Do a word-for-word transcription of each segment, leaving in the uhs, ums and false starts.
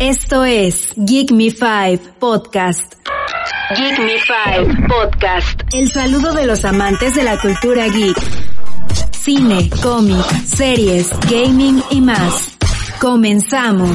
Esto es Geek Me Five Podcast. Geek Me Five Podcast. El saludo de los amantes de la cultura geek. Cine, cómic, series, gaming y más. Comenzamos.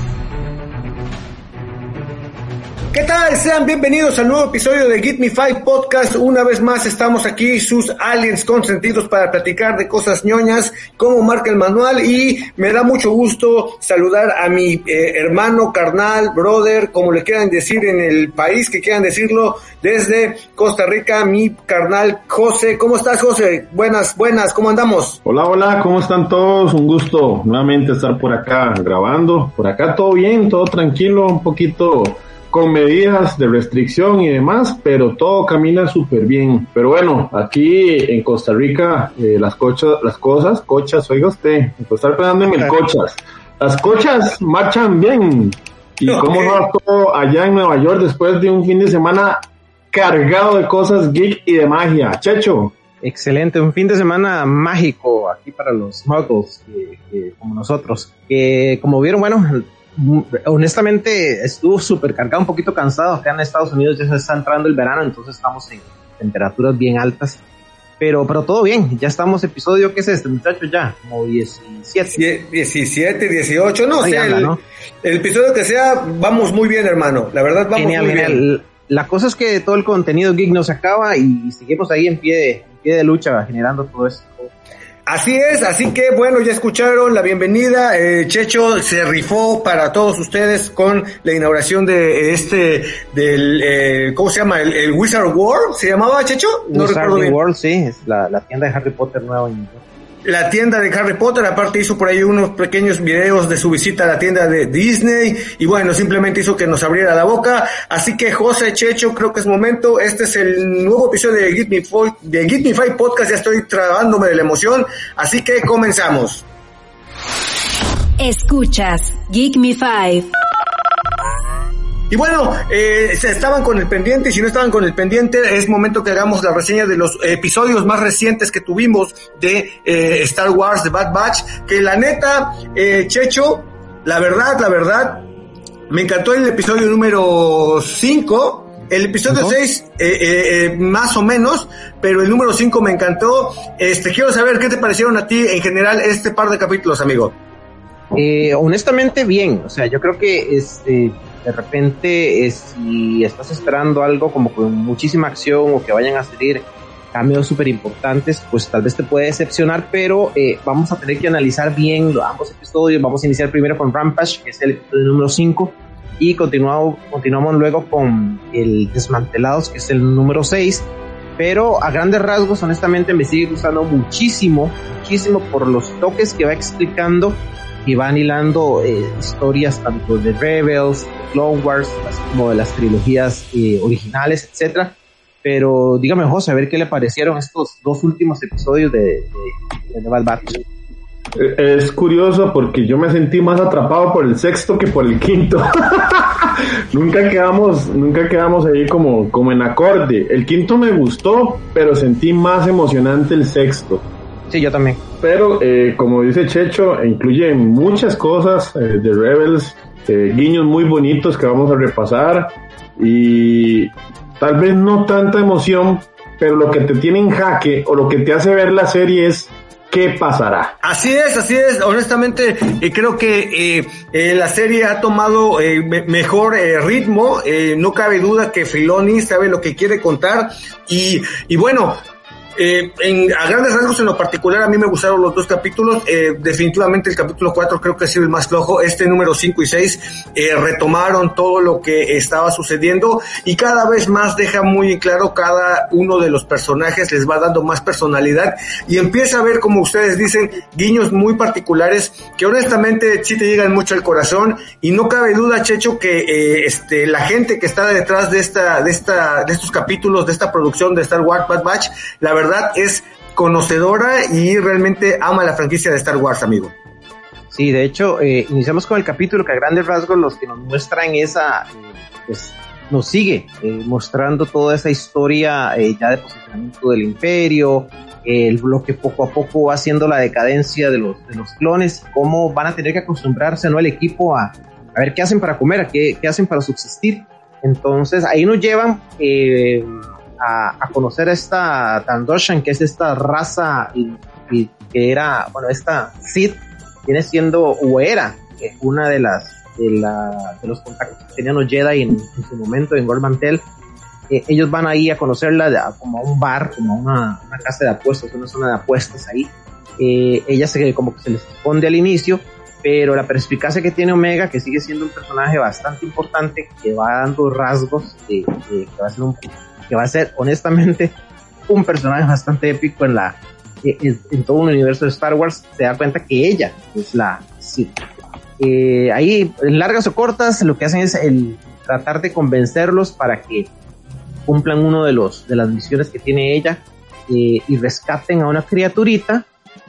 ¿Qué tal? Sean bienvenidos al nuevo episodio de Geek Me Five Podcast. Una vez más estamos aquí, sus aliens consentidos, para platicar de cosas ñoñas, como marca el manual, y me da mucho gusto saludar a mi eh, hermano, carnal, brother, como le quieran decir en el país que quieran decirlo, desde Costa Rica, mi carnal José. ¿Cómo estás, José? Buenas, buenas, ¿cómo andamos? Hola, hola, ¿cómo están todos? Un gusto nuevamente estar por acá grabando. Por acá todo bien, todo tranquilo, un poquito con medidas de restricción y demás, pero todo camina súper bien. Pero bueno, aquí en Costa Rica, eh, las cochas, las cosas, cochas, oiga usted, me puedo estar pensando en el cochas. Las cochas marchan bien. ¿Y okay. cómo va todo allá en Nueva York después de un fin de semana cargado de cosas geek y de magia? Checho. Excelente, un fin de semana mágico aquí para los muggles, que, que, como nosotros. Que como vieron, bueno, honestamente estuvo súper cargado, un poquito cansado. Acá en Estados Unidos ya se está entrando el verano, entonces estamos en temperaturas bien altas, pero pero todo bien. Ya estamos, episodio, ¿qué es este, muchachos? Ya, como diecisiete, diecisiete, dieciocho, no sé, el, ¿no? el episodio que sea, vamos muy bien, hermano, la verdad vamos genial, muy genial. bien. La cosa es que todo el contenido geek no se acaba y seguimos ahí en pie de, en pie de lucha generando todo esto. Así es, así que bueno, ya escucharon la bienvenida. eh, Checho se rifó para todos ustedes con la inauguración de este, del, eh, ¿cómo se llama? El, el Wizard World, ¿se llamaba, Checho? No recuerdo bien. World, sí, es la, la tienda de Harry Potter nueva. La tienda de Harry Potter, aparte hizo por ahí unos pequeños videos de su visita a la tienda de Disney, y bueno, simplemente hizo que nos abriera la boca. Así que José, Checho, creo que es momento. Este es el nuevo episodio de Geek Me Five, de Geek Me Five Podcast. Ya estoy trabándome de la emoción, así que comenzamos. Escuchas Geek Me Five. Y bueno, eh, se estaban con el pendiente, y si no estaban con el pendiente, es momento que hagamos la reseña de los episodios más recientes que tuvimos de eh, Star Wars, de Bad Batch, que la neta, eh, Checho, la verdad, la verdad, me encantó el episodio número cinco, el episodio seis, eh, eh, eh, más o menos, pero el número cinco me encantó. Este, quiero saber qué te parecieron a ti en general este par de capítulos, amigo. Eh, honestamente, bien, o sea, yo creo que este... de repente, eh, si estás esperando algo como con muchísima acción o que vayan a salir cambios súper importantes, pues tal vez te puede decepcionar, pero eh, vamos a tener que analizar bien los ambos episodios. Vamos a iniciar primero con Rampage, que es el episodio número cinco, y continuamos, continuamos luego con el Desmantelados, que es el número seis, pero a grandes rasgos, honestamente, me sigue gustando muchísimo, muchísimo por los toques que va explicando y van hilando eh, historias tanto de Rebels, de Clone Wars, así como de las trilogías eh, originales, etcétera. Pero dígame, José, a ver qué le parecieron estos dos últimos episodios de, de, de Bad Batch. Es curioso porque yo me sentí más atrapado por el sexto que por el quinto. nunca quedamos, nunca quedamos ahí como, como en acorde. El quinto me gustó, pero sentí más emocionante el sexto. Sí, yo también. Pero, eh, como dice Checho, incluye muchas cosas eh, de Rebels, eh, guiños muy bonitos que vamos a repasar, y tal vez no tanta emoción, pero lo que te tiene en jaque o lo que te hace ver la serie es ¿qué pasará? Así es, así es. Honestamente, eh, creo que eh, eh, la serie ha tomado eh, me- mejor eh, ritmo. Eh, no cabe duda que Filoni sabe lo que quiere contar, y, y bueno, Eh, en, a grandes rasgos, en lo particular, a mí me gustaron los dos capítulos. Eh, definitivamente el capítulo cuatro creo que ha sido el más flojo. Este número cinco y seis eh, retomaron todo lo que estaba sucediendo, y cada vez más deja muy claro cada uno de los personajes, les va dando más personalidad, y empieza a ver, como ustedes dicen, guiños muy particulares que honestamente sí te llegan mucho al corazón. Y no cabe duda, Checho, que eh, este la gente que está detrás de esta de esta de estos capítulos, de esta producción de Star Wars Bad Batch, la verdad verdad es conocedora y realmente ama la franquicia de Star Wars, amigo. Sí, de hecho, eh, iniciamos con el capítulo que a grandes rasgos los que nos muestran esa, eh, pues nos sigue eh, mostrando toda esa historia eh, ya de posicionamiento del Imperio, eh, lo que poco a poco va haciendo la decadencia de los, de los clones, cómo van a tener que acostumbrarse, ¿no?, el equipo a a ver qué hacen para comer, qué, qué hacen para subsistir. Entonces ahí nos llevan eh, a, a conocer a esta Trandoshan, que es esta raza y, y que era, bueno, esta Sith viene siendo o era eh, una de las de, la, de los contactos que tenían los Jedi en, en su momento en Gorn Mantell. Eh, ellos van ahí a conocerla de, a, como a un bar, como a una, una casa de apuestas, una zona de apuestas ahí. Eh, ella se, como que se les esconde al inicio, pero la perspicacia que tiene Omega, que sigue siendo un personaje bastante importante, que va dando rasgos, de, de, que, va a ser un, que va a ser honestamente un personaje bastante épico en la en, en todo un universo de Star Wars, se da cuenta que ella es la Sith. Eh, ahí, en largas o cortas, lo que hacen es el tratar de convencerlos para que cumplan uno de los de las misiones que tiene ella, eh, y rescaten a una criaturita,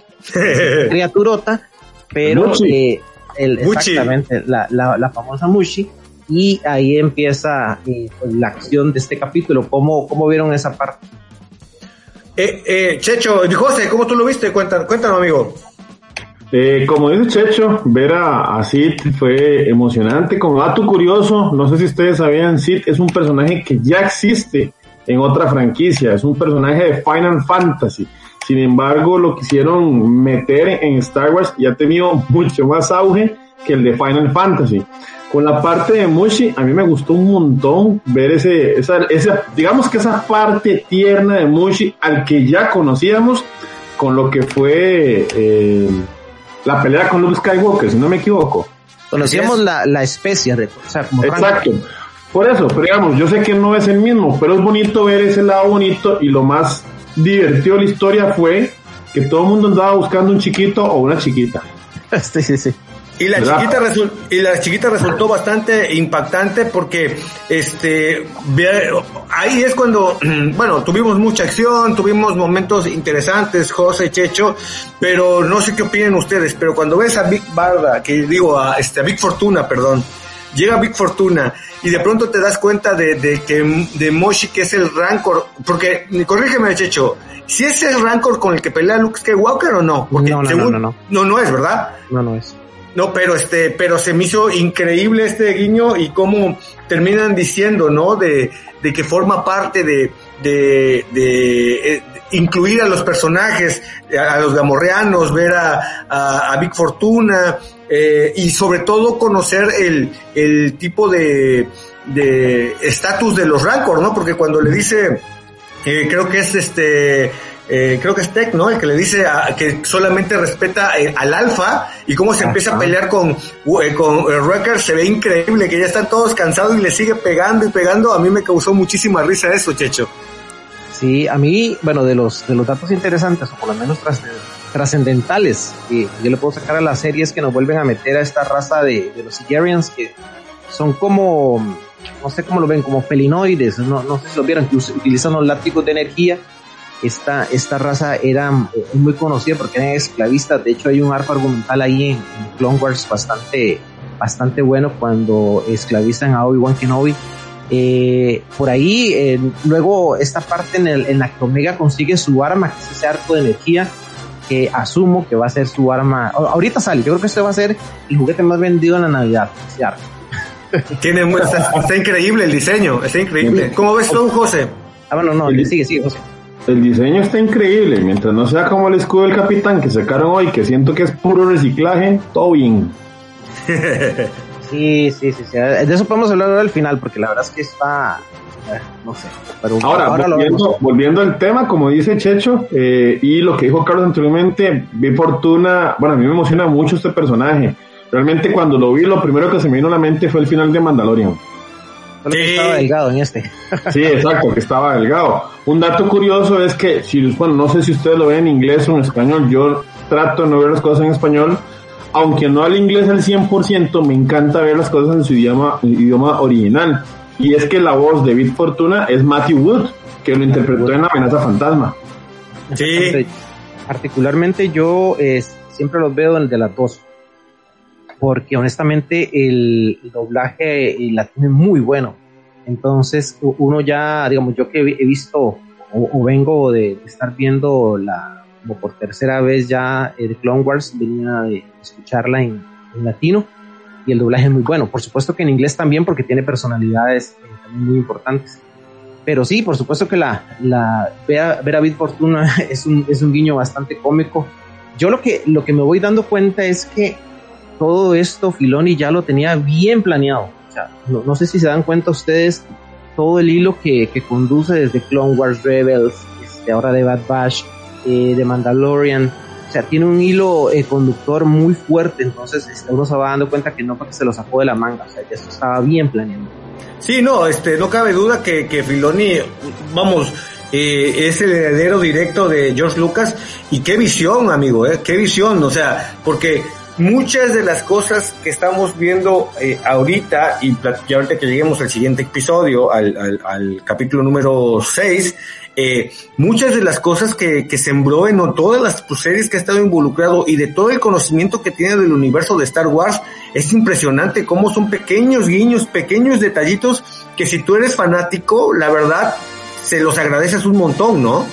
criaturota, pero eh, el, exactamente la, la, la famosa Mushi, y ahí empieza eh, pues, la acción de este capítulo. ¿Cómo, cómo vieron esa parte? Eh, eh, Checho, José, ¿cómo tú lo viste? Cuéntanos, cuéntanos, amigo. Eh, como dice Checho, ver a, a Sid fue emocionante. Como dato curioso, no sé si ustedes sabían, Sid es un personaje que ya existe en otra franquicia, es un personaje de Final Fantasy. Sin embargo, lo quisieron meter en Star Wars y ha tenido mucho más auge que el de Final Fantasy. Con la parte de Mushi, a mí me gustó un montón ver ese, esa, esa, digamos que esa parte tierna de Mushi al que ya conocíamos con lo que fue eh, la pelea con Luke Skywalker, si no me equivoco. Conocíamos la, la especie, o sea, como exacto. Rango. Por eso, pero digamos, yo sé que no es el mismo, pero es bonito ver ese lado bonito, y lo más divertido de la historia fue que todo el mundo andaba buscando un chiquito o una chiquita. Sí, sí, sí. Y la ¿verdad? chiquita resu- y la chiquita resultó bastante impactante porque este ahí es cuando, bueno, tuvimos mucha acción, tuvimos momentos interesantes, José, Checho, pero no sé qué opinan ustedes, pero cuando ves a Big Barda, que digo a este a Big Fortuna, perdón, llega Big Fortuna y de pronto te das cuenta de, de que de Moshi, que es el Rancor, porque corrígeme, Checho, si es el Rancor con el que pelea Luke Skywalker o no, porque no, no, según, no, no, no, no, no es, ¿verdad? No, no es. No, pero este, pero se me hizo increíble este guiño y cómo terminan diciendo, ¿no? De, de que forma parte de, de, de, eh, incluir a los personajes, a, a los gamorreanos, ver a, a, a Big Fortuna, eh, y sobre todo conocer el, el tipo de, de estatus de los Rancor, ¿no? Porque cuando le dice, eh, creo que es este, Eh, creo que es Tech, ¿no? El que le dice a, que solamente respeta eh, al alfa, y cómo se Ajá. empieza a pelear con, eh, con eh, Wrecker, se ve increíble, que ya están todos cansados y le sigue pegando y pegando. A mí me causó muchísima risa eso, Checho. Sí, a mí, bueno, de los de los datos interesantes, o por lo menos tras, trascendentales, que yo le puedo sacar a las series que nos vuelven a meter a esta raza de, de los Sigerians, que son como, no sé cómo lo ven, como felinoides, no, no sé si lo vieron, que utilizan los látigos de energía. Esta, esta raza era muy conocida porque eran esclavistas. De hecho, hay un arco argumental ahí en, en Clone Wars bastante, bastante bueno cuando esclavizan a Obi-Wan Kenobi. Eh, por ahí, eh, luego esta parte en, el, en la que Omega consigue su arma, que es ese arco de energía, que asumo que va a ser su arma. Ahorita sale, yo creo que este va a ser el juguete más vendido en la Navidad, ese arco. Tiene, está, está increíble el diseño, está increíble. ¿Cómo ves tú, José? Ah, bueno, no, sigue, sigue, José. El diseño está increíble, mientras no sea como el escudo del capitán que sacaron hoy, que siento que es puro reciclaje, todo bien. Sí, sí, sí, sí, de eso podemos hablar ahora al final, porque la verdad es que está, no sé. Pero ahora, ahora volviendo, volviendo al tema, como dice Checho, eh, y lo que dijo Carlos anteriormente, vi Fortuna, bueno, a mí me emociona mucho este personaje. Realmente cuando lo vi, lo primero que se me vino a la mente fue el final de Mandalorian. Solo que estaba delgado en este. Sí, exacto, que estaba delgado. Un dato curioso es que, si, bueno, no sé si ustedes lo ven en inglés o en español, yo trato de no ver las cosas en español, aunque no al inglés al cien por ciento, me encanta ver las cosas en su idioma, idioma original. Y es que la voz de Big Fortuna es Matthew Wood, que lo interpretó en Amenaza Fantasma. Sí. Particularmente yo eh, siempre los veo en el de las dos, porque honestamente el, el doblaje latino es muy bueno. Entonces uno ya, digamos, yo que he visto o, o vengo de, de estar viendo la, como por tercera vez ya el Clone Wars, venía de escucharla en, en latino, y el doblaje es muy bueno. Por supuesto que en inglés también, porque tiene personalidades eh, también muy importantes. Pero sí, por supuesto que la, la ver a, ver a Bib Fortuna es un, es un guiño bastante cómico. Yo lo que, lo que me voy dando cuenta es que todo esto Filoni ya lo tenía bien planeado. O sea, no, no sé si se dan cuenta ustedes todo el hilo que, que conduce desde Clone Wars, Rebels, este, ahora de Bad Batch, eh, de Mandalorian. O sea, tiene un hilo eh, conductor muy fuerte, entonces este, uno se va dando cuenta que no porque se lo sacó de la manga, o sea, que eso estaba bien planeado. Sí, no, este, no cabe duda que, que Filoni, vamos, eh, es el heredero directo de George Lucas, y qué visión, amigo, eh, qué visión, o sea, porque muchas de las cosas que estamos viendo eh, ahorita, y, y ahorita que lleguemos al siguiente episodio, al, al, al capítulo número seis, eh, muchas de las cosas que, que sembró en todas las series que ha estado involucrado y de todo el conocimiento que tiene del universo de Star Wars, es impresionante cómo son pequeños guiños, pequeños detallitos que si tú eres fanático, la verdad, se los agradeces un montón, ¿no?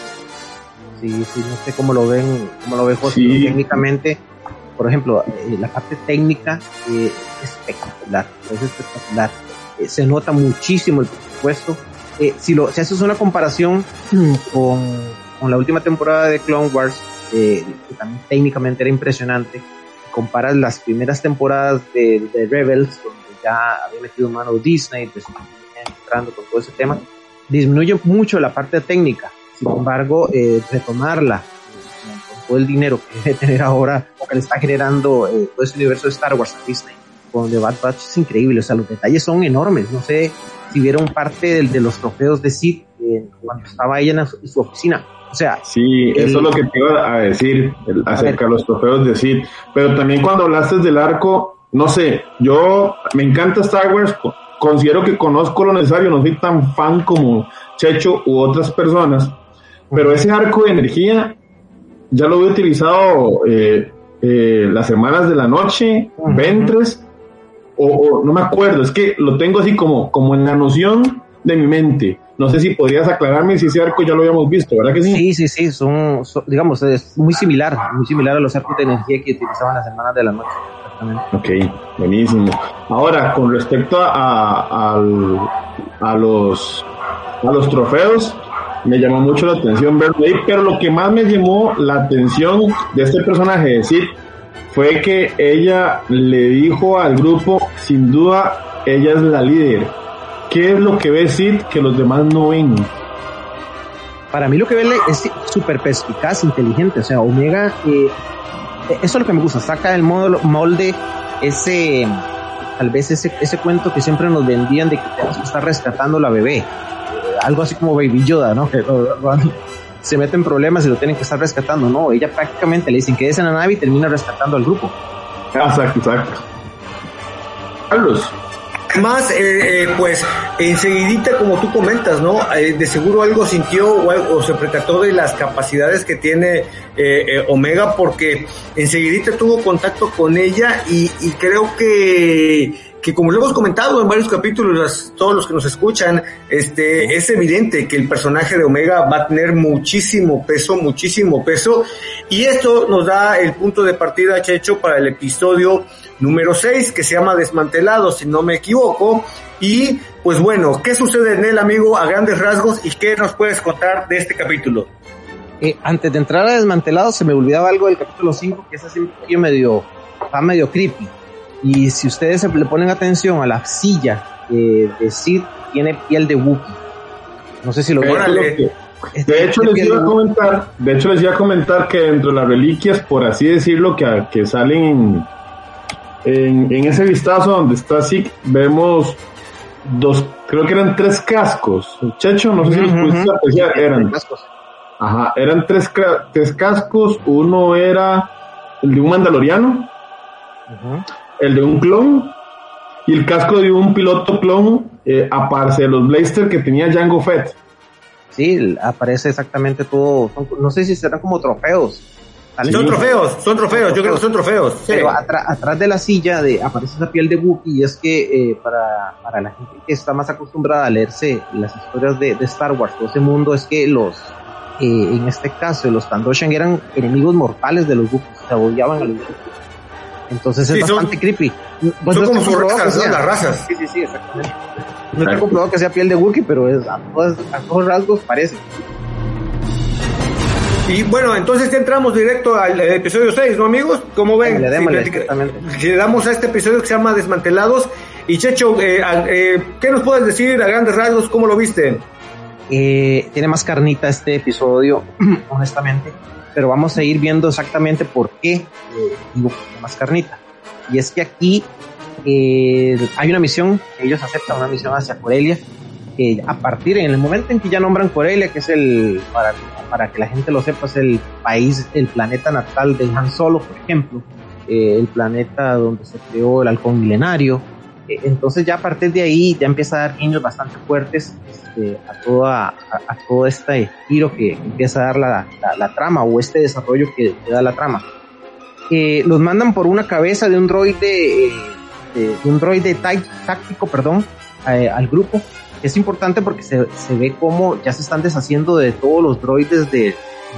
Sí, sí, no sé cómo lo ven, cómo lo ve José, sí. Técnicamente, por ejemplo, eh, la parte técnica eh, es espectacular, es espectacular, eh, se nota muchísimo el presupuesto. Eh, si lo, si haces una comparación con, con la última temporada de Clone Wars, eh, que también técnicamente era impresionante, comparas las primeras temporadas de, de Rebels, donde ya había metido mano Disney, pues, entrando con todo ese tema, disminuye mucho la parte técnica. Sin embargo, eh, retomarla eh, con todo el dinero que debe tener ahora, o que le está generando eh, todo ese universo de Star Wars a Disney, con The Bad Batch, es increíble. O sea, los detalles son enormes. No sé si vieron parte de, de los trofeos de Sid eh, cuando estaba ella en su, en su oficina. O sea, sí, el, eso es lo que te iba a decir el, acerca de los trofeos de Sid. Pero también cuando hablaste del arco, no sé, yo me encanta Star Wars, considero que conozco lo necesario, no soy tan fan como Checho u otras personas, pero ese arco de energía ya lo he utilizado eh, eh, las semanas de la noche, uh-huh. Ventres, o, o no me acuerdo, es que lo tengo así como, como en la noción de mi mente. No sé si podrías aclararme si ese arco ya lo habíamos visto, ¿verdad que sí? Sí, sí, sí, son, son digamos, es muy similar, muy similar a los arcos de energía que utilizaban las semanas de la noche. Ok, buenísimo. Ahora, con respecto a, a, a, a los a los trofeos, me llamó mucho la atención verlo ahí, pero lo que más me llamó la atención de este personaje de Sid fue que ella le dijo al grupo, sin duda, ella es la líder. ¿Qué es lo que ve Sid que los demás no ven? Para mí lo que ve es súper perspicaz, inteligente. O sea, Omega, eh, eso es lo que me gusta, saca del molde ese, tal vez ese, ese cuento que siempre nos vendían de que tenemos que estar rescatando a la bebé. Eh, algo así como Baby Yoda, ¿no? Que lo, lo, se mete en problemas y lo tienen que estar rescatando. No, ella prácticamente le dicen que es en la nave y termina rescatando al grupo. Exacto, exacto. Carlos. Además, eh, eh, pues, enseguidita, como tú comentas, ¿no? Eh, de seguro algo sintió o, algo, o se percató de las capacidades que tiene eh, eh, Omega, porque enseguidita tuvo contacto con ella y, y creo que, que como lo hemos comentado en varios capítulos, las, todos los que nos escuchan, este, es evidente que el personaje de Omega va a tener muchísimo peso, muchísimo peso, y esto nos da el punto de partida, Checho, para el episodio número seis, que se llama Desmantelado, si no me equivoco. Y pues bueno, ¿qué sucede en él, amigo, a grandes rasgos, y qué nos puedes contar de este capítulo? Eh, antes de entrar a Desmantelado, se me olvidaba algo del capítulo cinco, que es así medio, está medio creepy. Y si ustedes se le ponen atención a la silla eh, de Sid, tiene piel de Wookiee. No sé si lo vieron. De hecho, les iba a comentar, de hecho les iba a comentar que dentro de las reliquias, por así decirlo, que, que salen en En, en ese vistazo donde está Zeke, vemos dos, creo que eran tres cascos. Checho, no sé si los pudiste apreciar, eran ajá, eran tres, tres cascos. Uno era el de un mandaloriano, uh-huh. el de un clon y el casco de un piloto clon, eh, aparte de los blaster que tenía Jango Fett. Sí, aparece exactamente todo. No sé si serán como trofeos. Son trofeos, son trofeos, yo creo que son trofeos. Sí. Pero atra- atrás de la silla de, aparece esa piel de Wookiee, y es que eh, para, para la gente que está más acostumbrada a leerse las historias de, de Star Wars, todo ese mundo, es que los, eh, en este caso, los Trandoshan eran enemigos mortales de los Wookiees, se odiaban a los Wookiees. Entonces es sí, bastante son, creepy. Pues son no como sus razas, ¿no? Las razas. Sí, sí, sí, exactamente. No está comprobado que sea piel de Wookiee, pero es, a, todos, a todos rasgos parece. Y bueno, entonces ya entramos directo al episodio seis, ¿no, amigos? ¿Cómo ven? Démosle, démosle, si, si le damos a este episodio que se llama Desmantelados. Y Checho, eh, eh, ¿qué nos puedes decir a grandes rasgos? ¿Cómo lo viste? Eh, tiene más carnita este episodio, honestamente, pero vamos a ir viendo exactamente por qué eh, digo que tiene más carnita. Y es que aquí eh, hay una misión, ellos aceptan una misión hacia Corellia, que a partir, en el momento en que ya nombran Corellia, que es el, para, para que la gente lo sepa, es el país, el planeta natal de Han Solo, por ejemplo, eh, el planeta donde se creó el halcón milenario. Eh, entonces ya a partir de ahí ya empieza a dar guiños bastante fuertes este, a, toda, a, a todo este giro que empieza a dar la, la, la trama, o este desarrollo que, que da la trama. Eh, los mandan por una cabeza de un droide, eh, de, de un droide táctico, perdón, eh, al grupo. Es importante porque se, se ve cómo ya se están deshaciendo de todos los droides de, de,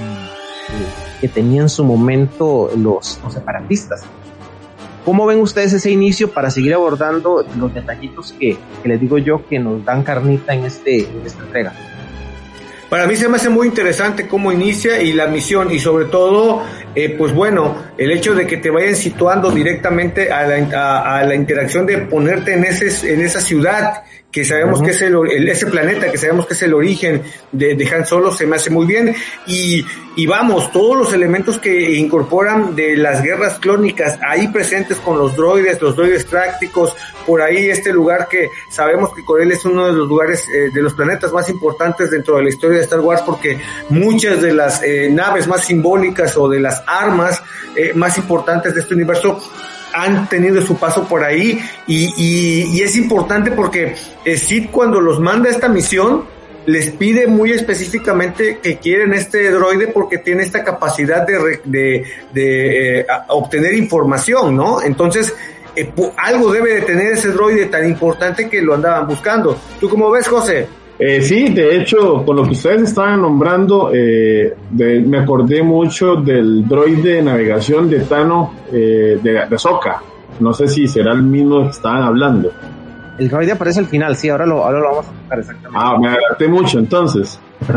que tenían en su momento los, los separatistas. ¿Cómo ven ustedes ese inicio para seguir abordando los detallitos que, que les digo yo que nos dan carnita en, este, en esta entrega? Para mí se me hace muy interesante cómo inicia y la misión, y sobre todo, eh, pues bueno, el hecho de que te vayan situando directamente a la, a, a la interacción de ponerte en ese en esa ciudad que sabemos uh-huh. que es el, el, ese planeta, que sabemos que es el origen de, de Han Solo, se me hace muy bien. Y, y vamos, todos los elementos que incorporan de las guerras clónicas ahí presentes con los droides, los droides tácticos, por ahí este lugar que sabemos que Corellia es uno de los lugares, eh, de los planetas más importantes dentro de la historia de Star Wars, porque muchas de las eh, naves más simbólicas o de las armas eh, más importantes de este universo han tenido su paso por ahí, y, y, y es importante porque Sid, cuando los manda a esta misión, les pide muy específicamente que quieren este droide porque tiene esta capacidad de, de, de eh, obtener información, ¿no? Entonces, eh, algo debe de tener ese droide tan importante que lo andaban buscando. ¿Tú cómo ves, José? Eh, sí, de hecho, con lo que ustedes estaban nombrando, eh, de, me acordé mucho del droide de navegación de Tano, eh, de, de Ahsoka. No sé si será el mismo que estaban hablando. El droide aparece al final, sí, ahora lo, ahora lo vamos a tocar exactamente. Ah, me adelanté mucho, entonces.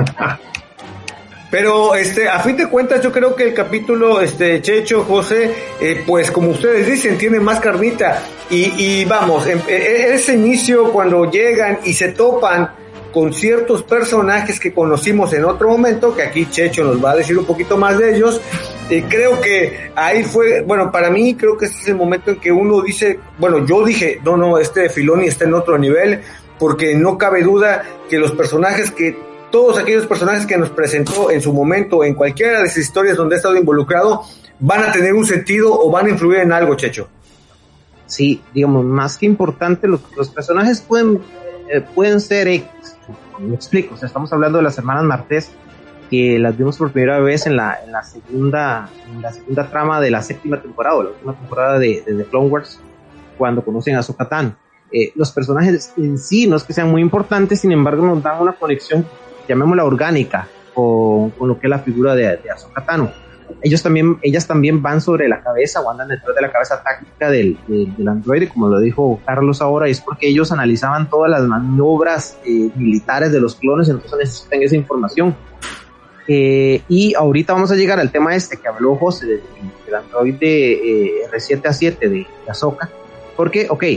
Pero, este, a fin de cuentas, yo creo que el capítulo, este, Checho, José, eh, pues como ustedes dicen, tiene más carnita. Y, y vamos, en, en ese inicio, cuando llegan y se topan con ciertos personajes que conocimos en otro momento, que aquí Checho nos va a decir un poquito más de ellos, eh, creo que ahí fue, bueno, para mí creo que este es el momento en que uno dice, bueno, yo dije, no, no, este Filoni está en otro nivel, porque no cabe duda que los personajes que, todos aquellos personajes que nos presentó en su momento, en cualquiera de sus historias donde ha estado involucrado, van a tener un sentido o van a influir en algo, Checho. Sí, digamos, más que importante, los, los personajes pueden, eh, pueden ser X. Me explico, o sea, estamos hablando de las hermanas Martez, que las vimos por primera vez en la, en la segunda en la segunda trama de la séptima temporada, o la última temporada de, de The Clone Wars, cuando conocen a Ahsoka Tano. Eh, los personajes en sí no es que sean muy importantes, sin embargo nos dan una conexión, llamémosla orgánica, con, con lo que es la figura de, de Ahsoka Tano. Ellos también, ellas también van sobre la cabeza o andan detrás de la cabeza táctica del, del, del androide, como lo dijo Carlos ahora, y es porque ellos analizaban todas las maniobras eh, militares de los clones, entonces necesitan esa información. Eh, y ahorita vamos a llegar al tema este que habló José del, del androide eh, R siete A siete de, de Ahsoka, porque, ok,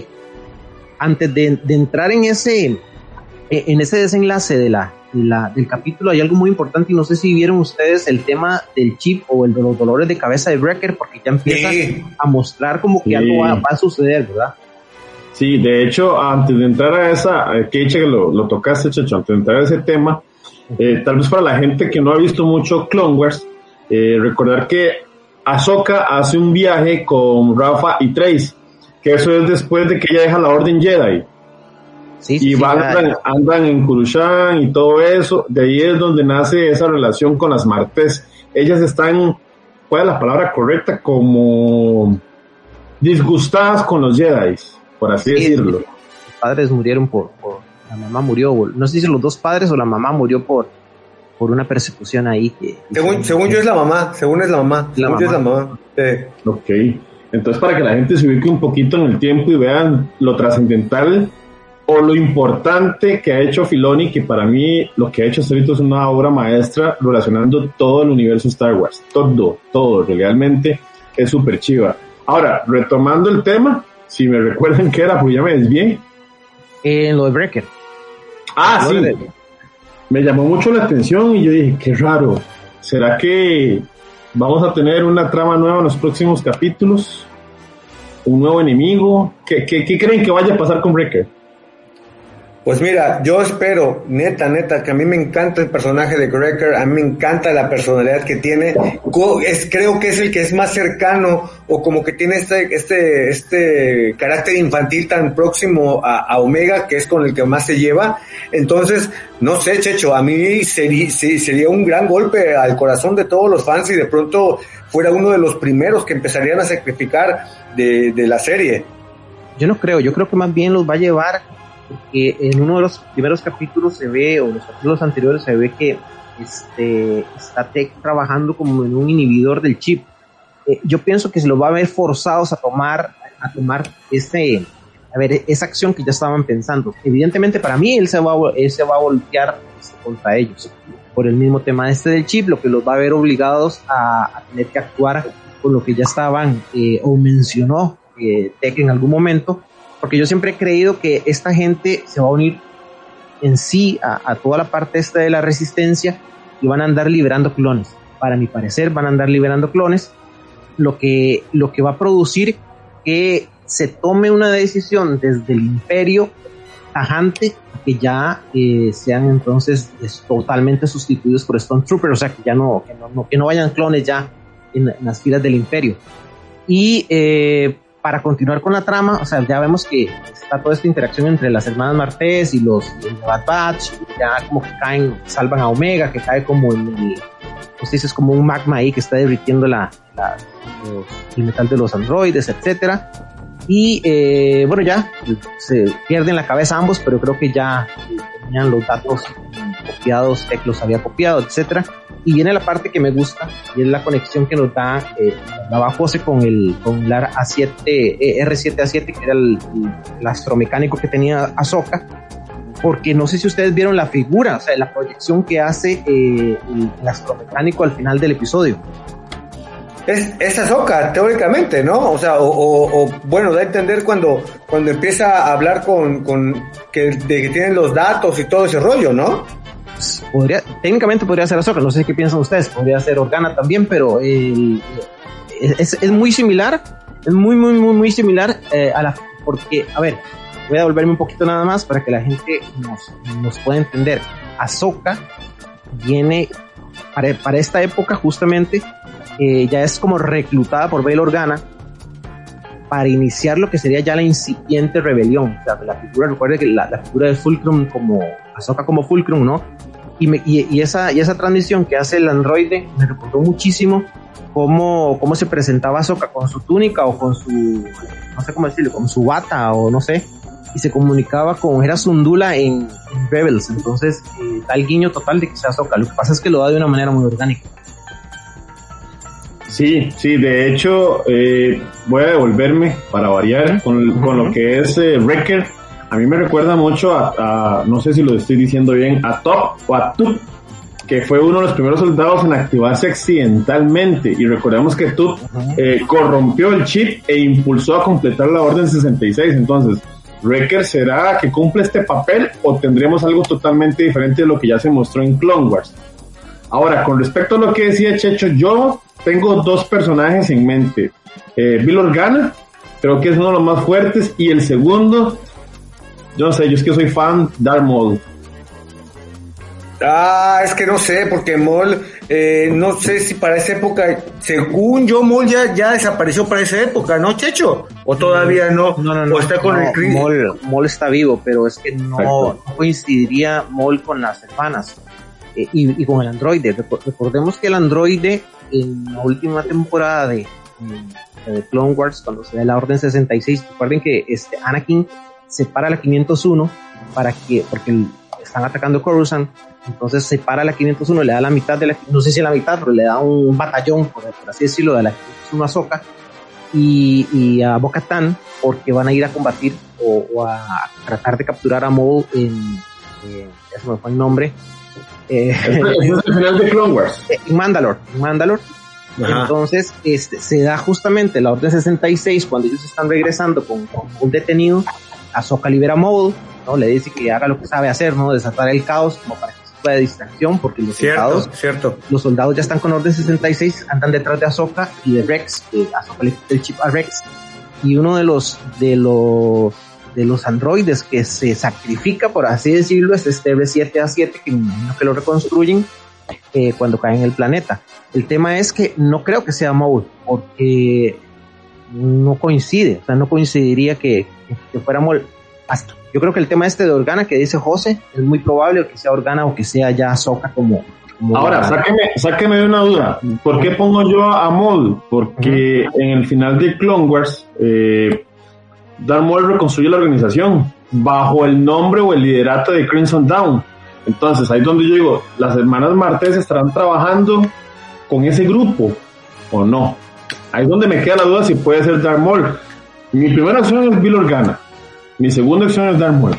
antes de, de entrar en ese, en ese desenlace de la La, del capítulo, hay algo muy importante, y no sé si vieron ustedes el tema del chip o el de los dolores de cabeza de Wrecker, porque ya empieza sí. a mostrar como que sí. algo va, va a suceder, ¿verdad? Sí, de hecho, antes de entrar a esa, que que lo, lo tocaste, Checho, antes de entrar a ese tema, eh, tal vez para la gente que no ha visto mucho Clone Wars, eh, recordar que Ahsoka hace un viaje con Rafa y Trace, que eso es después de que ella deja la Orden Jedi. Sí, sí, y van, sí, andan, andan en Coruscant y todo eso. De ahí es donde nace esa relación con las Martez. Ellas están, ¿cuál es la palabra correcta? Como disgustadas con los Jedi, por así sí, decirlo. Los padres murieron por, por, la mamá murió, no sé si los dos padres o la mamá murió por, por una persecución ahí. Que, según, según yo es la mamá, según es la mamá, según la mamá. Yo es la mamá. Sí. Ok. Entonces, para que la gente se ubique un poquito en el tiempo y vean lo trascendental o lo importante que ha hecho Filoni, que para mí lo que ha hecho hasta ahorita es una obra maestra relacionando todo el universo Star Wars, todo, todo, realmente es súper chiva. Ahora, retomando el tema, si me recuerdan qué era, pues ya me desvié. En lo de Wrecker. Ah, sí. De... Me llamó mucho la atención y yo dije, qué raro, ¿será que vamos a tener una trama nueva en los próximos capítulos? ¿Un nuevo enemigo? ¿Qué, qué, qué creen que vaya a pasar con Wrecker? Pues mira, yo espero, neta, neta, que a mí me encanta el personaje de Wrecker, a mí me encanta la personalidad que tiene, es, creo que es el que es más cercano, o como que tiene este, este, este carácter infantil tan próximo a, a Omega, que es con el que más se lleva. Entonces, no sé, Checho, a mí sería, sería un gran golpe al corazón de todos los fans y de pronto fuera uno de los primeros que empezarían a sacrificar de, de la serie. Yo no creo, yo creo que más bien los va a llevar, porque en uno de los primeros capítulos se ve, o los capítulos anteriores se ve que este, está Tech trabajando como en un inhibidor del chip. Eh, yo pienso que se los va a ver forzados a tomar, a tomar ese, a ver, esa acción que ya estaban pensando. Evidentemente para mí él se va, él se va a voltear este, contra ellos, por el mismo tema este del chip, lo que los va a ver obligados a, a tener que actuar con lo que ya estaban, eh, o mencionó eh, Tech en algún momento, porque yo siempre he creído que esta gente se va a unir en sí a, a toda la parte esta de la resistencia y van a andar liberando clones. Para mi parecer van a andar liberando clones, lo que, lo que va a producir que se tome una decisión desde el imperio tajante, que ya eh, sean entonces es, totalmente sustituidos por Stormtroopers, o sea que ya no, que no, no, que no vayan clones ya en, en las filas del imperio. Y eh, para continuar con la trama, o sea, ya vemos que está toda esta interacción entre las hermanas Martez y los y el Bad Batch, ya como que caen, salvan a Omega, que cae como en el, pues dices, como un magma ahí que está derritiendo la, la, los, el metal de los androides, etcétera. Y eh, bueno, ya se pierden la cabeza ambos, pero creo que ya tenían los datos copiados, Tech los había copiado, etcétera. Y viene la parte que me gusta, y es la conexión que nos da eh, la José con el, con el A siete, eh, R siete A siete, que era el, el, el astromecánico que tenía Ahsoka, porque no sé si ustedes vieron la figura, o sea, la proyección que hace eh, el, el astromecánico al final del episodio. Es, es Ahsoka, teóricamente, ¿no? O sea, o, o, o bueno, da a entender cuando, cuando empieza a hablar con, con que, de que tienen los datos y todo ese rollo, ¿no? Podría, técnicamente podría ser Ahsoka, no sé qué piensan ustedes, podría ser Organa también, pero el, es, es muy similar, es muy, muy, muy, muy similar eh, a la, porque, a ver, voy a devolverme un poquito nada más para que la gente nos, nos pueda entender. Ahsoka viene, para, para esta época justamente, eh, ya es como reclutada por Bail Organa para iniciar lo que sería ya la incipiente rebelión. O sea, la figura, recuerde que la, la figura de Fulcrum como Ahsoka como Fulcrum, ¿no? Y, me, y, y, esa, y esa transmisión que hace el androide me recordó muchísimo cómo, cómo se presentaba Ahsoka con su túnica o con su, no sé cómo decirlo, con su bata o no sé, y se comunicaba con Hera Syndulla en, en Rebels. Entonces eh, da el guiño total de que sea Ahsoka. Lo que pasa es que lo da de una manera muy orgánica. Sí, sí, de hecho eh, voy a devolverme para variar con, uh-huh. con lo que es eh, Wrecker. A mí me recuerda mucho a, a, no sé si lo estoy diciendo bien, a Top o a Tup, que fue uno de los primeros soldados en activarse accidentalmente. Y recordemos que Tup uh-huh. eh, corrompió el chip e impulsó a completar la Orden sesenta y seis. Entonces, ¿Wrecker será que cumple este papel o tendremos algo totalmente diferente de lo que ya se mostró en Clone Wars? Ahora, con respecto a lo que decía Checho, yo tengo dos personajes en mente. Eh, Bail Organa, creo que es uno de los más fuertes, y el segundo, yo no sé, yo es que soy fan de Darth Maul. Ah, es que no sé, porque Maul, eh, no sé si para esa época, según yo, Maul ya, ya desapareció para esa época, ¿no, Checho? ¿O todavía no? No, no, no. ¿O está con no, el Chris? Maul, Maul está vivo, pero es que no, no coincidiría Maul con las hermanas eh, y, y con el androide. Recordemos que el androide en la última temporada de, de Clone Wars, cuando se da la Orden sesenta y seis, recuerden que este Anakin separa la quinientos uno para que, porque el, están atacando Coruscant, entonces separa la quinientos uno, le da la mitad de la, no sé si la mitad, pero le da un batallón, por, por así decirlo, de la quinientos uno a Ahsoka, y, y a Bo-Katan, porque van a ir a combatir o, o a tratar de capturar a Maul en, eh, ya se me fue el nombre, eh, es el final de Clone Wars, en Mandalore, en Mandalore. Ajá. Entonces este, se da justamente la Orden sesenta y seis cuando ellos están regresando con, con un detenido. Ahsoka libera a Maul, ¿no? Le dice que haga lo que sabe hacer, ¿no? Desatar el caos como para que se pueda de distracción, porque los cierto, soldados cierto. los soldados ya están con Orden sesenta y seis, andan detrás de Ahsoka y de Rex, que Ahsoka le quita el chip a Rex, y uno de los de los de los androides que se sacrifica, por así decirlo, es este R siete A siete, que me imagino que lo reconstruyen eh, cuando cae en el planeta. El tema es que no creo que sea Maul, porque no coincide, o sea, no coincidiría que, que, que fuera Maul. Hasta, yo creo que el tema este de Organa que dice José, es muy probable que sea Organa o que sea ya Ahsoka como... como Ahora, sáqueme, sáqueme de una duda. ¿Por qué pongo yo a Maul? Porque uh-huh. en el final de Clone Wars, eh, Darth Maul reconstruye la organización bajo el nombre o el liderato de Crimson Dawn. Entonces, ahí es donde yo digo, las hermanas Martez estarán trabajando con ese grupo o no. Ahí es donde me queda la duda si puede ser Darth Maul. Mi primera opción es Bail Organa. Mi segunda opción es Darth Maul.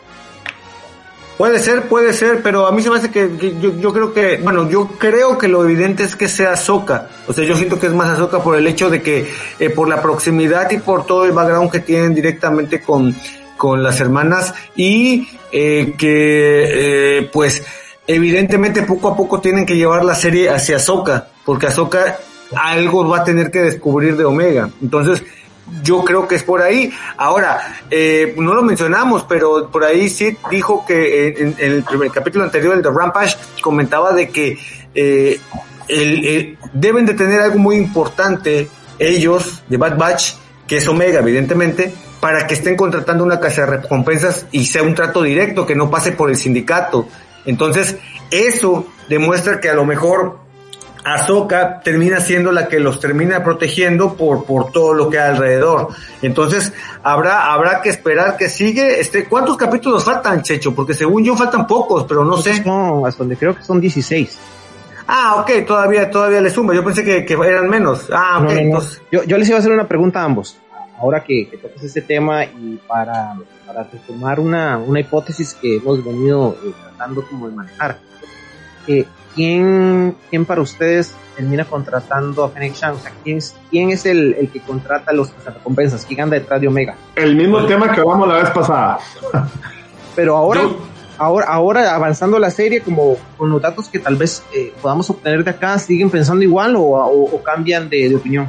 Puede ser, puede ser, pero a mí se me hace que, que yo, yo creo que, bueno, yo creo que lo evidente es que sea Ahsoka. O sea, yo siento que es más Ahsoka por el hecho de que, eh, por la proximidad y por todo el background que tienen directamente con, con las hermanas y, eh, que, eh, pues, evidentemente poco a poco tienen que llevar la serie hacia Ahsoka, porque Ahsoka algo va a tener que descubrir de Omega. Entonces, yo creo que es por ahí. Ahora, eh, no lo mencionamos, pero por ahí sí dijo que en, en el primer capítulo anterior, el de Rampage, comentaba de que eh, el, el, deben de tener algo muy importante ellos, de Bad Batch, que es Omega, evidentemente, para que estén contratando una casa de recompensas y sea un trato directo, que no pase por el sindicato. Entonces, eso demuestra que a lo mejor Ahsoka termina siendo la que los termina protegiendo por por todo lo que hay alrededor. Entonces habrá habrá que esperar que sigue. Este, ¿cuántos capítulos faltan, Checho? Porque según yo faltan pocos, pero no sé. No, hasta donde creo que son dieciséis. Ah, ok, todavía todavía le suma. Yo pensé que, que eran menos. Ah, ok. No, no, no. Entonces... Yo, yo les iba a hacer una pregunta a ambos. Ahora que, que tocas este tema y para para retomar una una hipótesis que hemos venido eh, tratando como de manejar. Eh, ¿Quién, ¿Quién para ustedes termina contratando a Fennec Shand? O sea, ¿quién es, quién es el, el que contrata los recompensas? ¿Quién anda detrás de Omega? El mismo tema que hablamos la vez pasada. Pero ahora, Yo... ahora, ahora avanzando la serie, como con los datos que tal vez eh, podamos obtener de acá, ¿siguen pensando igual o, o, o cambian de, de opinión?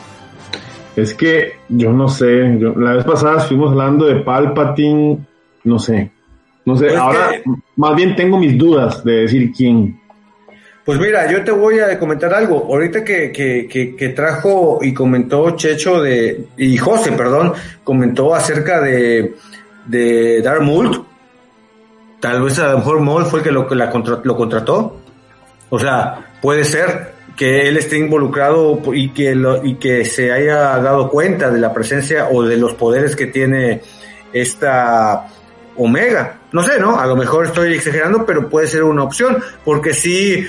Es que yo no sé. Yo, la vez pasada estuvimos hablando de Palpatine, no sé. No sé, pues ahora que... más bien tengo mis dudas de decir quién. Pues mira, yo te voy a comentar algo. Ahorita que, que, que, que trajo y comentó Checho de, y José, perdón, comentó acerca de, de Darth Maul. Tal vez a lo mejor Maul fue el que lo, la contra, lo contrató. O sea, puede ser que él esté involucrado y que lo, y que se haya dado cuenta de la presencia o de los poderes que tiene esta Omega. No sé, ¿no? A lo mejor estoy exagerando, pero puede ser una opción, porque sí,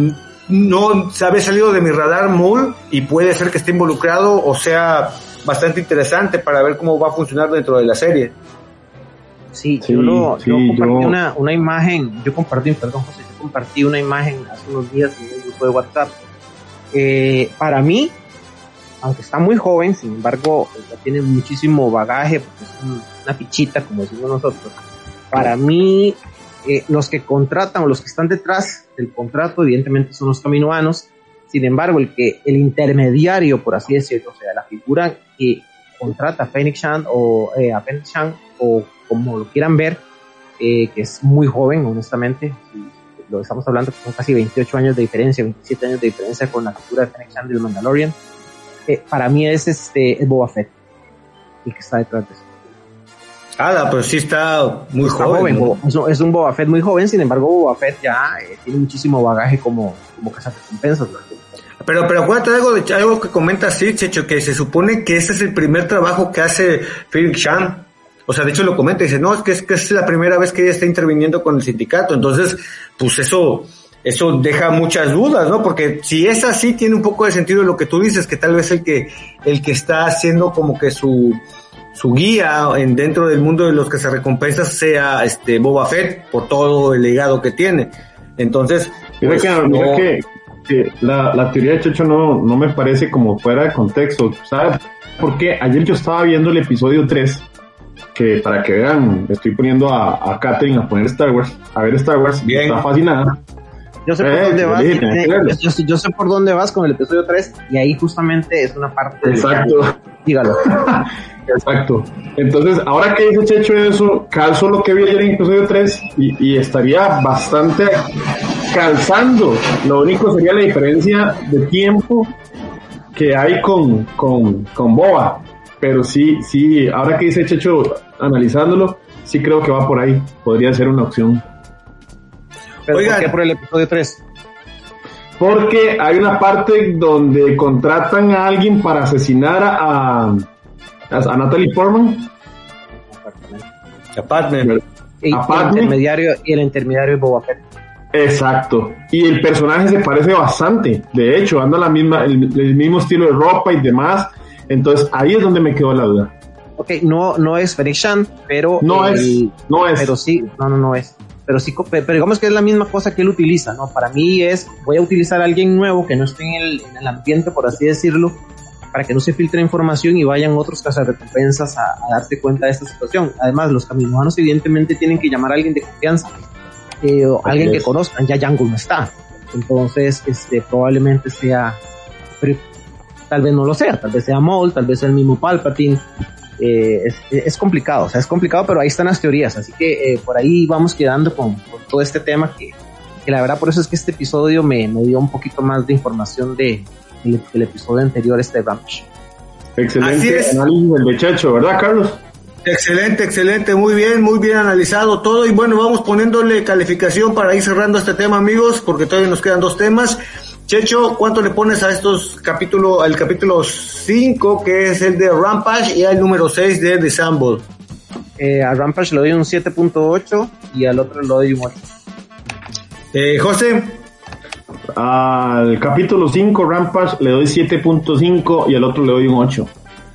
no se había salido de mi radar Maul y puede ser que esté involucrado o sea bastante interesante para ver cómo va a funcionar dentro de la serie. Sí, sí yo, lo, sí, yo compartí yo... Una, una imagen, yo compartí, perdón José, yo compartí una imagen hace unos días en el grupo de WhatsApp. Eh, para mí, aunque está muy joven, sin embargo, ya tiene muchísimo bagaje, porque es una fichita, como decimos nosotros. Para mí, eh, los que contratan o los que están detrás del contrato, evidentemente son los caminoanos. Sin embargo, el que el intermediario, por así decirlo, o sea, la figura que contrata a Fennec Shand o eh, a Fennec Shand, o como lo quieran ver, eh, que es muy joven, honestamente. Lo estamos hablando que son casi veintiocho años de diferencia, veintisiete años de diferencia con la figura de Fennec Shand y el Mandalorian. Eh, para mí es este es Boba Fett el que está detrás de eso. Ah, pero sí está muy está joven. joven ¿no? Es un Boba Fett muy joven, sin embargo Boba Fett ya eh, tiene muchísimo bagaje como, como cazarrecompensas. Pero, pero acuérdate de algo, de algo que comenta así, Checho, que se supone que ese es el primer trabajo que hace Fennec Shand. O sea, de hecho lo comenta y dice, no, es que es que es la primera vez que ella está interviniendo con el sindicato. Entonces, pues eso eso deja muchas dudas, ¿no? Porque si es así, tiene un poco de sentido lo que tú dices, que tal vez el que, el que está haciendo como que su, su guía en dentro del mundo de los que se recompensa sea este Boba Fett por todo el legado que tiene. Entonces, mira, pues, que, no... mira que, que la, la teoría de Checho no, no me parece como fuera de contexto, ¿sabes? Porque ayer yo estaba viendo el episodio tres, que para que vean, estoy poniendo a, a Catherine a poner Star Wars, a ver Star Wars, bien, está fascinada. Yo sé, por eh, dónde vas, dije, eh, yo, yo, yo sé por dónde vas con el episodio tres, y ahí justamente es una parte. Exacto. De... Dígalo. Exacto. Entonces, ahora que dice Checho eso, calzo lo que vi ayer en el episodio tres y, y estaría bastante calzando. Lo único sería la diferencia de tiempo que hay con, con, con Boba. Pero sí, sí, ahora que dice Checho, analizándolo, sí creo que va por ahí. Podría ser una opción. ¿Pero Oigan, ¿por qué por el episodio tres? Porque hay una parte donde contratan a alguien para asesinar a, a, a Natalie Portman. A Padme. Y, a Padme. El intermediario, y el intermediario es Boba Fett. Exacto. Y el personaje se parece bastante. De hecho, anda la misma, el, el mismo estilo de ropa y demás. Entonces, ahí es donde me quedó la duda. Ok, no, no es Fennec Shand, pero... No el, es, no es. Pero sí, no, no, no es. Pero sí, pero digamos que es la misma cosa que él utiliza, ¿no? Para mí es, voy a utilizar a alguien nuevo que no esté en el, en el ambiente, por así decirlo, para que no se filtre información y vayan otros cazarrecompensas a, a darse cuenta de esta situación. Además, los caminoanos evidentemente tienen que llamar a alguien de confianza, eh, o alguien es. que conozcan. Ya Jango no está, entonces este probablemente sea, pero tal vez no lo sea, tal vez sea Maul, tal vez sea el mismo Palpatine. Eh, es, es complicado, o sea, es complicado, pero ahí están las teorías, así que eh, por ahí vamos quedando con, con todo este tema que, que la verdad por eso es que este episodio me, me dio un poquito más de información de, de, del episodio anterior, este Rampage. Excelente análisis del muchacho, ¿verdad, Carlos? Excelente, excelente, muy bien, muy bien analizado todo, y bueno, vamos poniéndole calificación para ir cerrando este tema, amigos, porque todavía nos quedan dos temas. Checho, ¿cuánto le pones a estos capítulos, al capítulo cinco, que es el de Rampage, y al número seis de The Sample? Eh, a Rampage le doy un siete punto ocho y al otro le doy un ocho. Eh, José. Al capítulo cinco, Rampage, le doy siete punto cinco y al otro le doy un ocho.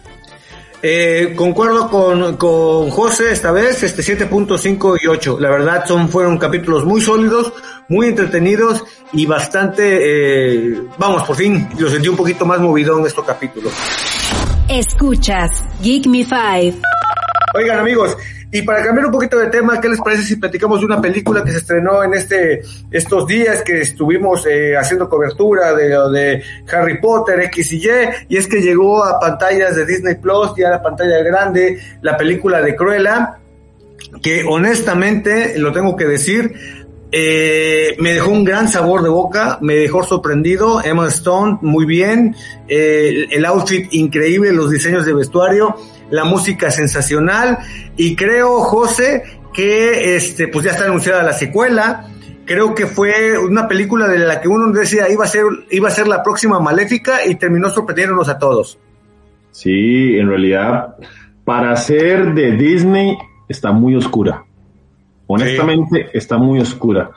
Eh, concuerdo con, con José esta vez, este siete punto cinco y ocho. La verdad son, fueron capítulos muy sólidos, muy entretenidos y bastante, eh, vamos, por fin lo sentí un poquito más movidón estos capítulos. Escuchas Geek Me Five. Oigan, amigos, y para cambiar un poquito de tema, ¿qué les parece si platicamos de una película que se estrenó en este estos días que estuvimos eh, haciendo cobertura de de Harry Potter X y Y? Y es que llegó a pantallas de Disney Plus, ya a la pantalla grande, la película de Cruella, que honestamente, lo tengo que decir, eh, me dejó un gran sabor de boca, me dejó sorprendido. Emma Stone, muy bien, eh, el outfit increíble, los diseños de vestuario, la música sensacional, y creo, José, que este pues ya está anunciada la secuela. Creo que fue una película de la que uno decía iba a ser iba a ser la próxima Maléfica y terminó sorprendiéndonos a todos. Sí, en realidad, para ser de Disney está muy oscura. Honestamente, sí, está muy oscura.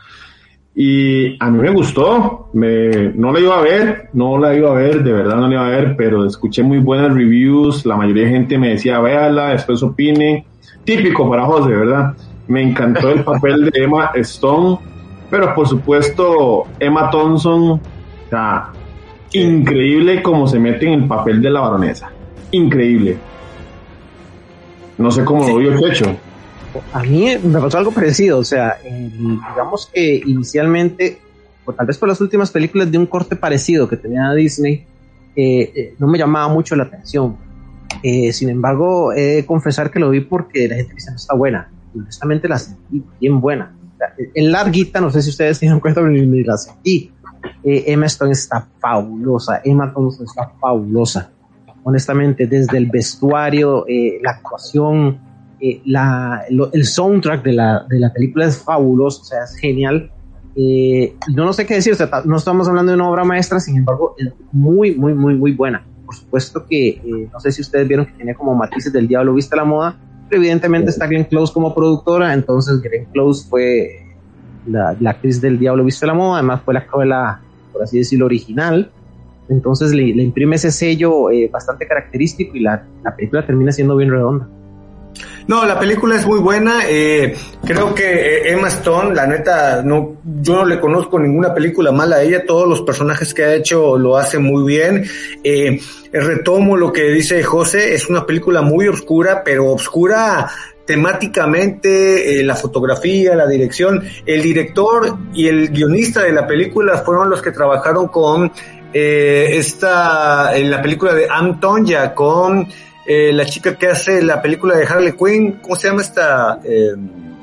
Y a mí me gustó, me, no la iba a ver, no la iba a ver, de verdad no la iba a ver, pero escuché muy buenas reviews, la mayoría de gente me decía, véala, después opine, típico para José, ¿verdad? Me encantó el papel de Emma Stone, pero por supuesto Emma Thompson, o sea, increíble como se mete en el papel de la baronesa, increíble. No sé cómo sí. lo vio Checho. A mí me pasó algo parecido, o sea, eh, digamos que inicialmente, o tal vez por las últimas películas de un corte parecido que tenía Disney, eh, eh, no me llamaba mucho la atención. Eh, sin embargo, he de confesar que lo vi porque la gente dice no está buena, y honestamente la sentí bien buena. O sea, en larguita, no sé si ustedes se dan cuenta, pero ni la sentí. Eh, Emma Stone está fabulosa, Emma Thompson está fabulosa. Honestamente, desde el vestuario, eh, la actuación, Eh, la, lo, el soundtrack de la, de la película es fabuloso, o sea, es genial. Eh, no, no sé qué decir, o sea, no estamos hablando de una obra maestra, sin embargo, es muy, muy, muy, muy buena. Por supuesto que, eh, no sé si ustedes vieron que tenía como matices del Diablo Viste a la Moda, pero evidentemente está Glenn Close como productora, entonces Glenn Close fue la, la actriz del Diablo Viste la Moda, además fue la Cruella, por así decirlo, original, entonces le, le imprime ese sello eh, bastante característico y la, la película termina siendo bien redonda. No, la película es muy buena, eh, creo que eh, Emma Stone, la neta, no, yo no le conozco ninguna película mala a ella, todos los personajes que ha hecho lo hace muy bien, eh, retomo lo que dice José, es una película muy oscura, pero oscura temáticamente, eh, la fotografía, la dirección, el director y el guionista de la película fueron los que trabajaron con eh, esta, en la película de Am Tonya, con eh, la chica que hace la película de Harley Quinn, ¿cómo se llama esta? Eh,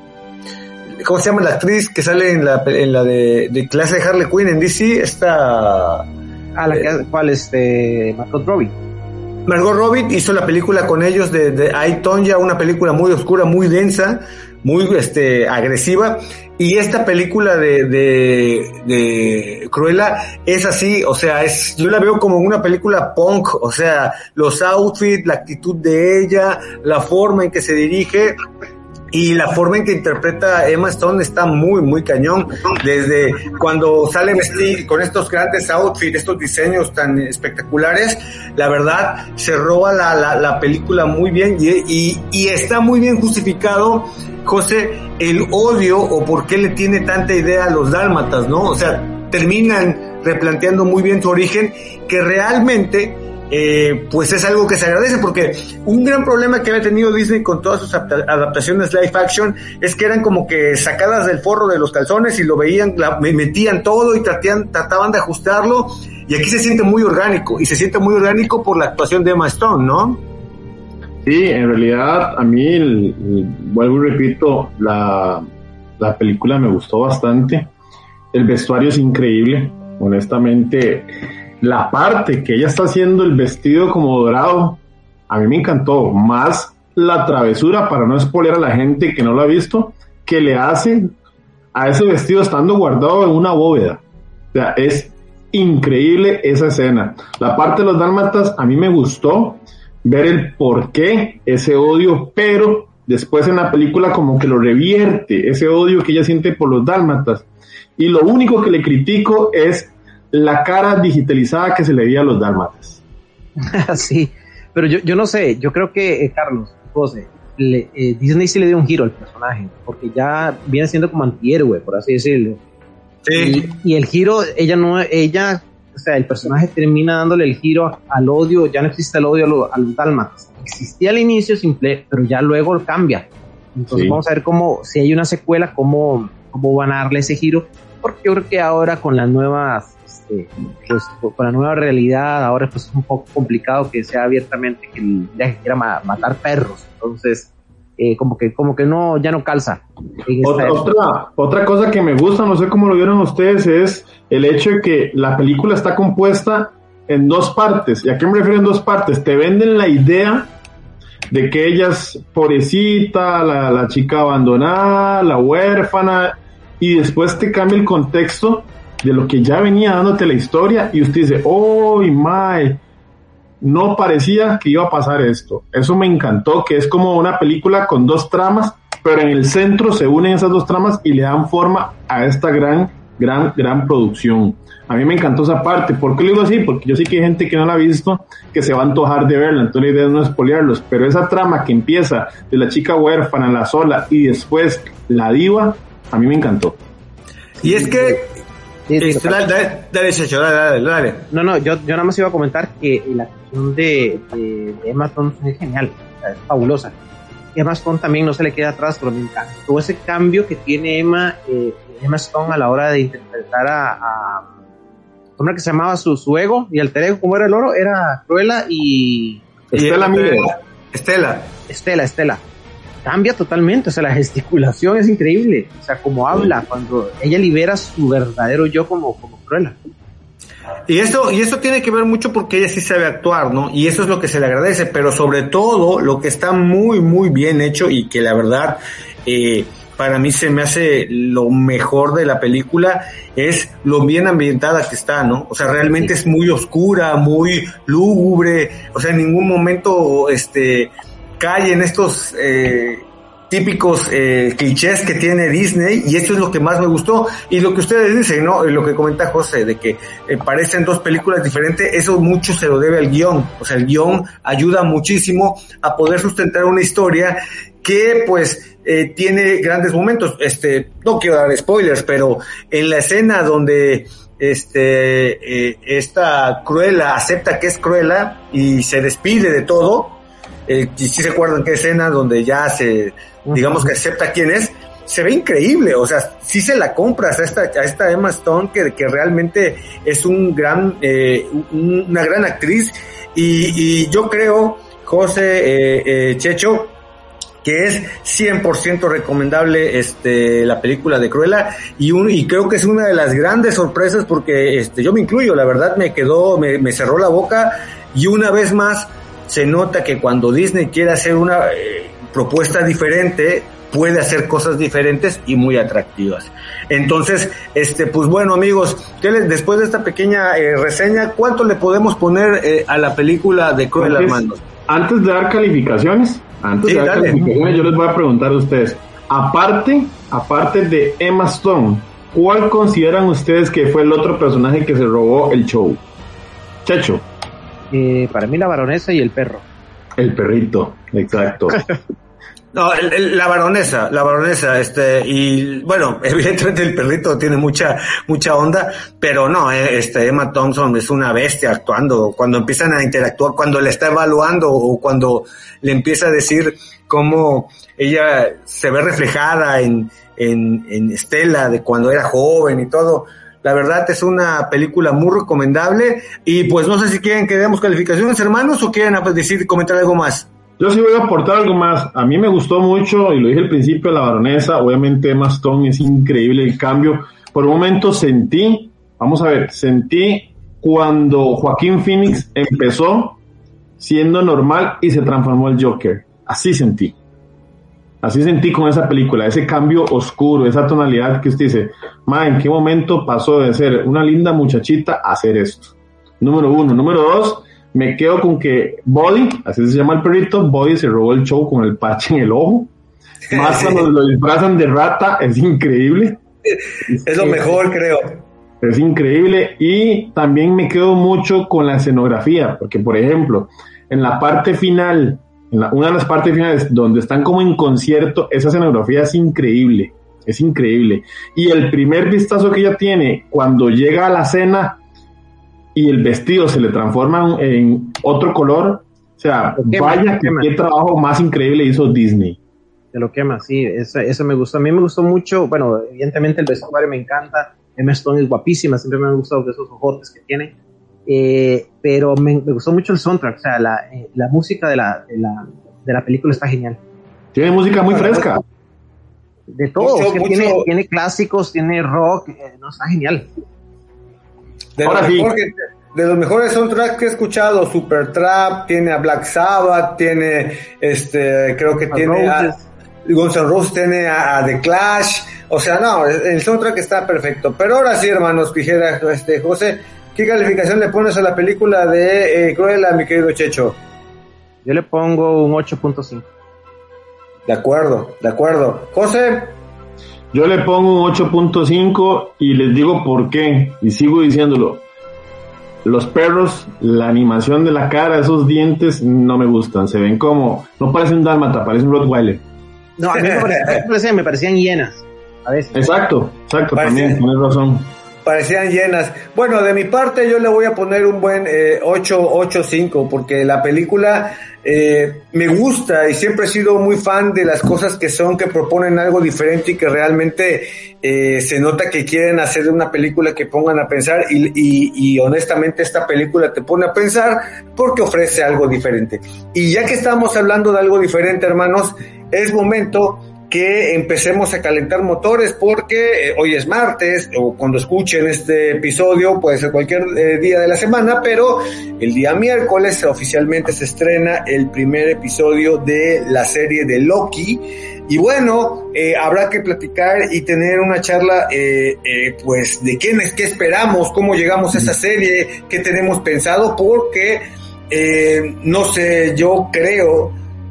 ¿Cómo se llama la actriz que sale en la, en la de, de clase de Harley Quinn en D C? Esta... Ah, la que, ¿cuál es? Eh, Margot Robbie. Margot Robbie hizo la película con ellos de, de I, Tonya, una película muy oscura, muy densa, muy este agresiva, y esta película de, de, de Cruella es así, o sea, es, yo la veo como una película punk, o sea, los outfits, la actitud de ella, la forma en que se dirige, y la forma en que interpreta Emma Stone está muy, muy cañón. Desde cuando sale vestida con estos grandes outfits, estos diseños tan espectaculares, la verdad, se roba la, la, la película muy bien y, y, y está muy bien justificado, José, el odio o por qué le tiene tanta idea a los dálmatas, ¿no? O sea, terminan replanteando muy bien su origen, que realmente... Eh, pues es algo que se agradece, porque un gran problema que había tenido Disney con todas sus adaptaciones live action es que eran como que sacadas del forro de los calzones y lo veían, la, metían todo y trataban, trataban de ajustarlo, y aquí se siente muy orgánico, y se siente muy orgánico por la actuación de Emma Stone, ¿no? Sí, en realidad a mí, el, el, vuelvo y repito, la, la película me gustó bastante, el vestuario es increíble, honestamente. La parte que ella está haciendo el vestido como dorado, a mí me encantó, más la travesura, para no spoiler a la gente que no lo ha visto, que le hace a ese vestido estando guardado en una bóveda. O sea, es increíble esa escena. La parte de los dálmatas, a mí me gustó ver el por qué ese odio, pero después en la película como que lo revierte, ese odio que ella siente por los dálmatas. Y lo único que le critico es la cara digitalizada que se le veía a los dálmatas. Sí, pero yo, yo no sé, yo creo que, eh, Carlos, José, le, eh, Disney sí le dio un giro al personaje, porque ya viene siendo como antihéroe, por así decirlo. Sí. Y, y el giro, ella no, ella, o sea, el personaje termina dándole el giro al odio, ya no existe el odio a, lo, a los dálmatas. Existía al inicio simple, pero ya luego lo cambia. Entonces sí. Vamos a ver cómo, si hay una secuela, cómo, cómo van a darle ese giro, porque yo creo que ahora con las nuevas pues con la nueva realidad ahora pues es un poco complicado que sea abiertamente que el viaje quiera ma- matar perros, entonces eh, como que como que no ya no calza. Otra, otra otra cosa que me gusta, no sé cómo lo vieron ustedes, es el hecho de que la película está compuesta en dos partes. ¿Y a qué me refiero en dos partes? Te venden la idea de que ella es pobrecita, la, la chica abandonada, la huérfana, y después te cambia el contexto de lo que ya venía dándote la historia y usted dice, oh, mae, no parecía que iba a pasar esto. Eso me encantó, que es como una película con dos tramas, pero en el centro se unen esas dos tramas y le dan forma a esta gran, gran, gran producción. A mí me encantó esa parte. ¿Por qué lo digo así? Porque yo sé que hay gente que no la ha visto, que se va a antojar de verla, entonces la idea es no spoilearlos, pero esa trama que empieza de la chica huérfana, la sola, y después la diva, a mí me encantó. Y es que Sí, sí, dale, dale, dale, Checho, dale, dale, dale. No, no, yo, yo nada más iba a comentar que la actuación de, de, de Emma Stone es genial, o sea, es fabulosa. Emma Stone también no se le queda atrás, pero me encantó ese cambio que tiene Emma, eh, Emma Stone a la hora de interpretar a, a ¿cómo era que se llamaba su, su ego y alter ego? ¿Cómo era el oro? Era Cruella y... Estela Miller. Estela. Estela, Estela. Cambia totalmente, o sea, la gesticulación es increíble, o sea, como habla cuando ella libera su verdadero yo como, como Cruella. Y eso, y eso tiene que ver mucho porque ella sí sabe actuar, ¿no? Y eso es lo que se le agradece, pero sobre todo lo que está muy, muy bien hecho y que la verdad, eh, para mí se me hace lo mejor de la película es lo bien ambientada que está, ¿no? O sea, realmente es muy oscura, muy lúgubre, o sea, en ningún momento, este... cae en estos eh, típicos eh, clichés que tiene Disney, y esto es lo que más me gustó, y lo que ustedes dicen, ¿no? Lo que comenta José, de que eh, parecen dos películas diferentes, eso mucho se lo debe al guión, o sea, el guión ayuda muchísimo a poder sustentar una historia que, pues, eh, tiene grandes momentos. Este, no quiero dar spoilers, pero en la escena donde este, eh, esta Cruella acepta que es Cruella y se despide de todo, eh, si se acuerdan qué escena donde ya se, digamos que acepta quién es, se ve increíble, o sea, sí se la compras a esta, a esta Emma Stone, que, que realmente es un gran, eh, un, una gran actriz, y, y yo creo, José, eh, eh, Checho, que es cien por ciento recomendable este la película de Cruella, y un y creo que es una de las grandes sorpresas, porque este yo me incluyo, la verdad me quedó, me, me cerró la boca, y una vez más se nota que cuando Disney quiere hacer una eh, propuesta diferente, puede hacer cosas diferentes y muy atractivas. Entonces, este, pues bueno, amigos, ¿qué les, después de esta pequeña eh, reseña, ¿cuánto le podemos poner eh, a la película de Cruella, Armando? Antes de dar calificaciones, antes sí, de dar dale. calificaciones, yo les voy a preguntar a ustedes, aparte, aparte de Emma Stone, ¿cuál consideran ustedes que fue el otro personaje que se robó el show? Checho. Eh, para mí la baronesa y el perro. El perrito, exacto. No, el, el, la baronesa, la baronesa, este, y bueno, evidentemente el perrito tiene mucha, mucha onda, pero no, este, Emma Thompson es una bestia actuando, cuando empiezan a interactuar, cuando le está evaluando o cuando le empieza a decir cómo ella se ve reflejada en, en, en Estela de cuando era joven y todo. La verdad es una película muy recomendable, y pues no sé si quieren que demos calificaciones, hermanos, o quieren pues, decir, comentar algo más. Yo sí voy a aportar algo más. A mí me gustó mucho, y lo dije al principio, la baronesa. Obviamente Emma Stone es increíble el cambio. Por un momento sentí, vamos a ver, sentí cuando Joaquín Phoenix empezó siendo normal y se transformó el Joker. Así sentí. Así sentí con esa película, ese cambio oscuro, esa tonalidad que usted dice, ma, ¿en qué momento pasó de ser una linda muchachita a hacer esto? Número uno. Número dos, me quedo con que Buddy, así se llama el perrito, Buddy se robó el show con el parche en el ojo. Más cuando lo disfrazan de rata, es increíble. Es, es lo mejor, creo. Es increíble. Y también me quedo mucho con la escenografía, porque por ejemplo, en la parte final, en la, una de las partes finales donde están como en concierto, esa escenografía es increíble, es increíble. Y el primer vistazo que ella tiene cuando llega a la cena y el vestido se le transforma en otro color, o sea, quema, vaya que qué trabajo más increíble hizo Disney. Te lo quema, sí, eso, eso me gustó. A mí me gustó mucho, bueno, evidentemente el vestuario me encanta, Emma Stone es guapísima, siempre me han gustado esos ojotes que tiene, eh, pero me, me gustó mucho el soundtrack, o sea, la, eh, la música de la, de, la, de la película está genial. Tiene música muy fresca. De todo, mucho, es que mucho... Tiene, tiene clásicos, tiene rock, eh, no, está genial. De Ahora lo sí. mejor que, de los mejores soundtracks que he escuchado, Supertramp, tiene a Black Sabbath, tiene, este, creo que a tiene Roses. a Guns N' Roses, tiene a, a The Clash, o sea, no, el soundtrack está perfecto. Pero ahora sí, hermanos, Tijera, este, José, ¿qué calificación le pones a la película de eh, Cruella, mi querido Checho? Yo le pongo un ocho punto cinco. De acuerdo, de acuerdo. José. Yo le pongo un ocho punto cinco y les digo por qué, y sigo diciéndolo. Los perros, la animación de la cara, esos dientes no me gustan, se ven como, no parecen un dálmata, parecen Rottweiler. No, a mí me parecían, me parecían hienas, a veces. Exacto, exacto, Parece... también, tienes razón. Parecían llenas. Bueno, de mi parte yo le voy a poner un buen eh, ocho, ocho, cinco, porque la película eh, me gusta y siempre he sido muy fan de las cosas que son, que proponen algo diferente y que realmente eh, se nota que quieren hacer una película que pongan a pensar y, y, y honestamente esta película te pone a pensar porque ofrece algo diferente. Y ya que estamos hablando de algo diferente, hermanos, es momento que empecemos a calentar motores porque eh, hoy es martes, o cuando escuchen este episodio puede ser cualquier eh, día de la semana, pero el día miércoles oficialmente se estrena el primer episodio de la serie de Loki, y bueno, eh, habrá que platicar y tener una charla eh, eh, pues de quién es, qué esperamos, cómo llegamos a esa serie, qué tenemos pensado, porque eh, no sé, yo creo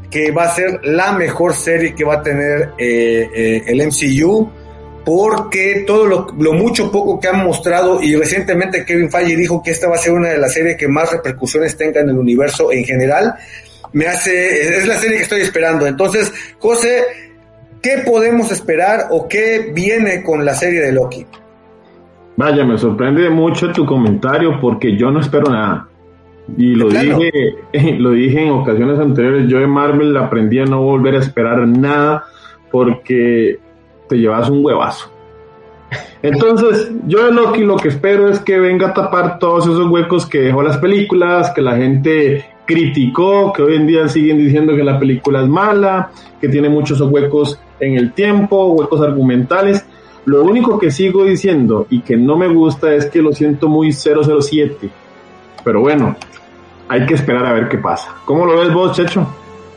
que va a ser la mejor serie que va a tener eh, eh, el M C U, porque todo lo, lo mucho poco que han mostrado, y recientemente Kevin Feige dijo que esta va a ser una de las series que más repercusiones tenga en el universo en general, me hace, es la serie que estoy esperando. Entonces, José, ¿qué podemos esperar o qué viene con la serie de Loki? Vaya, me sorprende mucho tu comentario porque yo no espero nada. Y lo dije, lo dije en ocasiones anteriores, yo de Marvel aprendí a no volver a esperar nada porque te llevas un huevazo. Entonces, yo de Loki lo que espero es que venga a tapar todos esos huecos que dejó las películas, que la gente criticó, que hoy en día siguen diciendo que la película es mala, que tiene muchos huecos en el tiempo, huecos argumentales. Lo único que sigo diciendo y que no me gusta es que lo siento muy cero cero siete. Pero bueno, hay que esperar a ver qué pasa. ¿Cómo lo ves vos, Checho?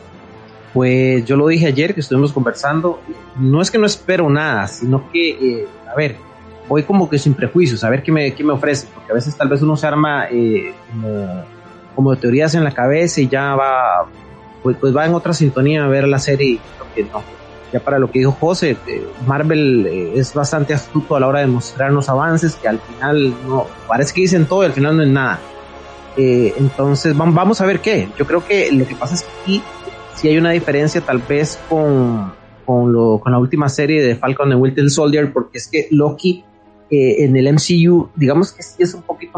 Pues yo lo dije ayer que estuvimos conversando, no es que no espero nada, sino que, eh, a ver, voy como que sin prejuicios, a ver qué me, qué me ofrece, porque a veces tal vez uno se arma eh, como, como de teorías en la cabeza y ya va, pues, pues va en otra sintonía a ver la serie y creo que no. Ya para lo que dijo José, eh, Marvel eh, es bastante astuto a la hora de mostrarnos avances que al final no, parece que dicen todo y al final no es nada. Eh, entonces vamos, vamos a ver qué. Yo creo que lo que pasa es que aquí sí hay una diferencia tal vez con, con, lo, con la última serie de Falcon and Winter Soldier, porque es que Loki eh, en el M C U, digamos que sí es un poquito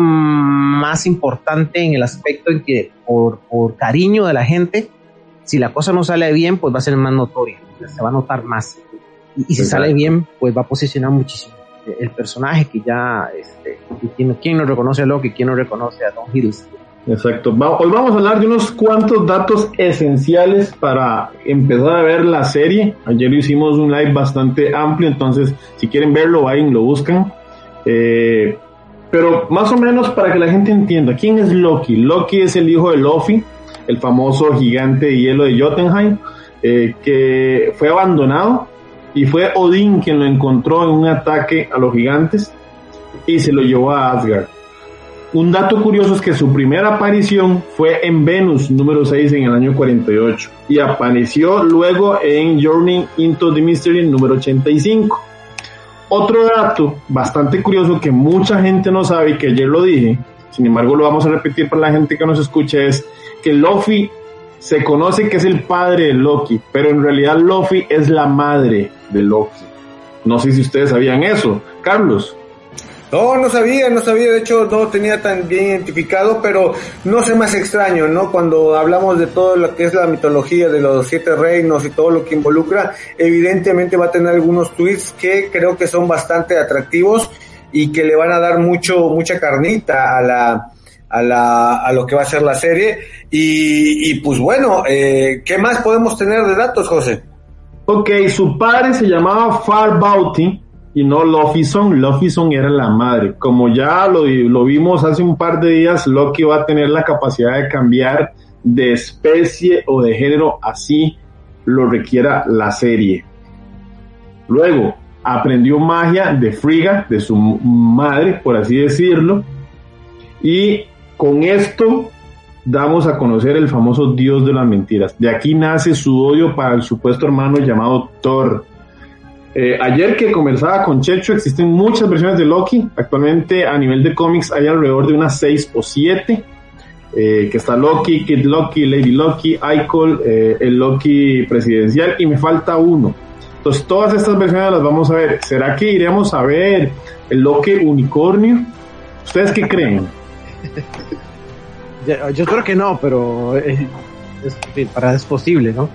más importante en el aspecto en que por, por cariño de la gente, si la cosa no sale bien, pues va a ser más notoria, se va a notar más. Y, y si sale bien, pues va a posicionar muchísimo el personaje que ya, este, ¿quién, quién no reconoce a Loki? ¿Quién no reconoce a Tom Hiddleston? Exacto. Hoy vamos a hablar de unos cuantos datos esenciales para empezar a ver la serie. Ayer hicimos un live bastante amplio, entonces si quieren verlo, vayan, lo buscan. Eh, pero más o menos para que la gente entienda, ¿quién es Loki? Loki es el hijo de Luffy, el famoso gigante de hielo de Jotunheim, eh, que fue abandonado y fue Odín quien lo encontró en un ataque a los gigantes y se lo llevó a Asgard. Un dato curioso es que su primera aparición fue en Venus número seis en el año cuarenta y ocho y apareció luego en Journey into the Mystery número ochenta y cinco. Otro dato bastante curioso que mucha gente no sabe y que ayer lo dije, sin embargo lo vamos a repetir para la gente que nos escuche, es que Luffy se conoce que es el padre de Loki, pero en realidad Luffy es la madre de Loki. No sé si ustedes sabían eso. Carlos. No, no sabía, no sabía, de hecho no tenía tan bien identificado, pero no sé, más extraño, ¿no? Cuando hablamos de todo lo que es la mitología de los siete reinos y todo lo que involucra, evidentemente va a tener algunos tweets que creo que son bastante atractivos y que le van a dar mucho, mucha carnita a la, a la, a lo que va a ser la serie. Y, y pues bueno, eh, ¿qué más podemos tener de datos, José? Ok, su padre se llamaba Farbauti y no Luffyson. Luffyson era la madre. Como ya lo, lo vimos hace un par de días, Loki va a tener la capacidad de cambiar de especie o de género, así lo requiera la serie. Luego, aprendió magia de Frigga, de su madre, por así decirlo, y con esto damos a conocer el famoso dios de las mentiras. De aquí nace su odio para el supuesto hermano llamado Thor. Eh, ayer que conversaba con Checho, existen muchas versiones de Loki. Actualmente a nivel de cómics hay alrededor de unas seis o siete, eh, que está Loki, Kid Loki, Lady Loki, Icol, eh, el Loki presidencial, y me falta uno. Entonces todas estas versiones las vamos a ver. ¿Será que iremos a ver el Loki unicornio? ¿Ustedes qué creen? Yo, yo creo que no, pero es, es, para es posible, ¿no?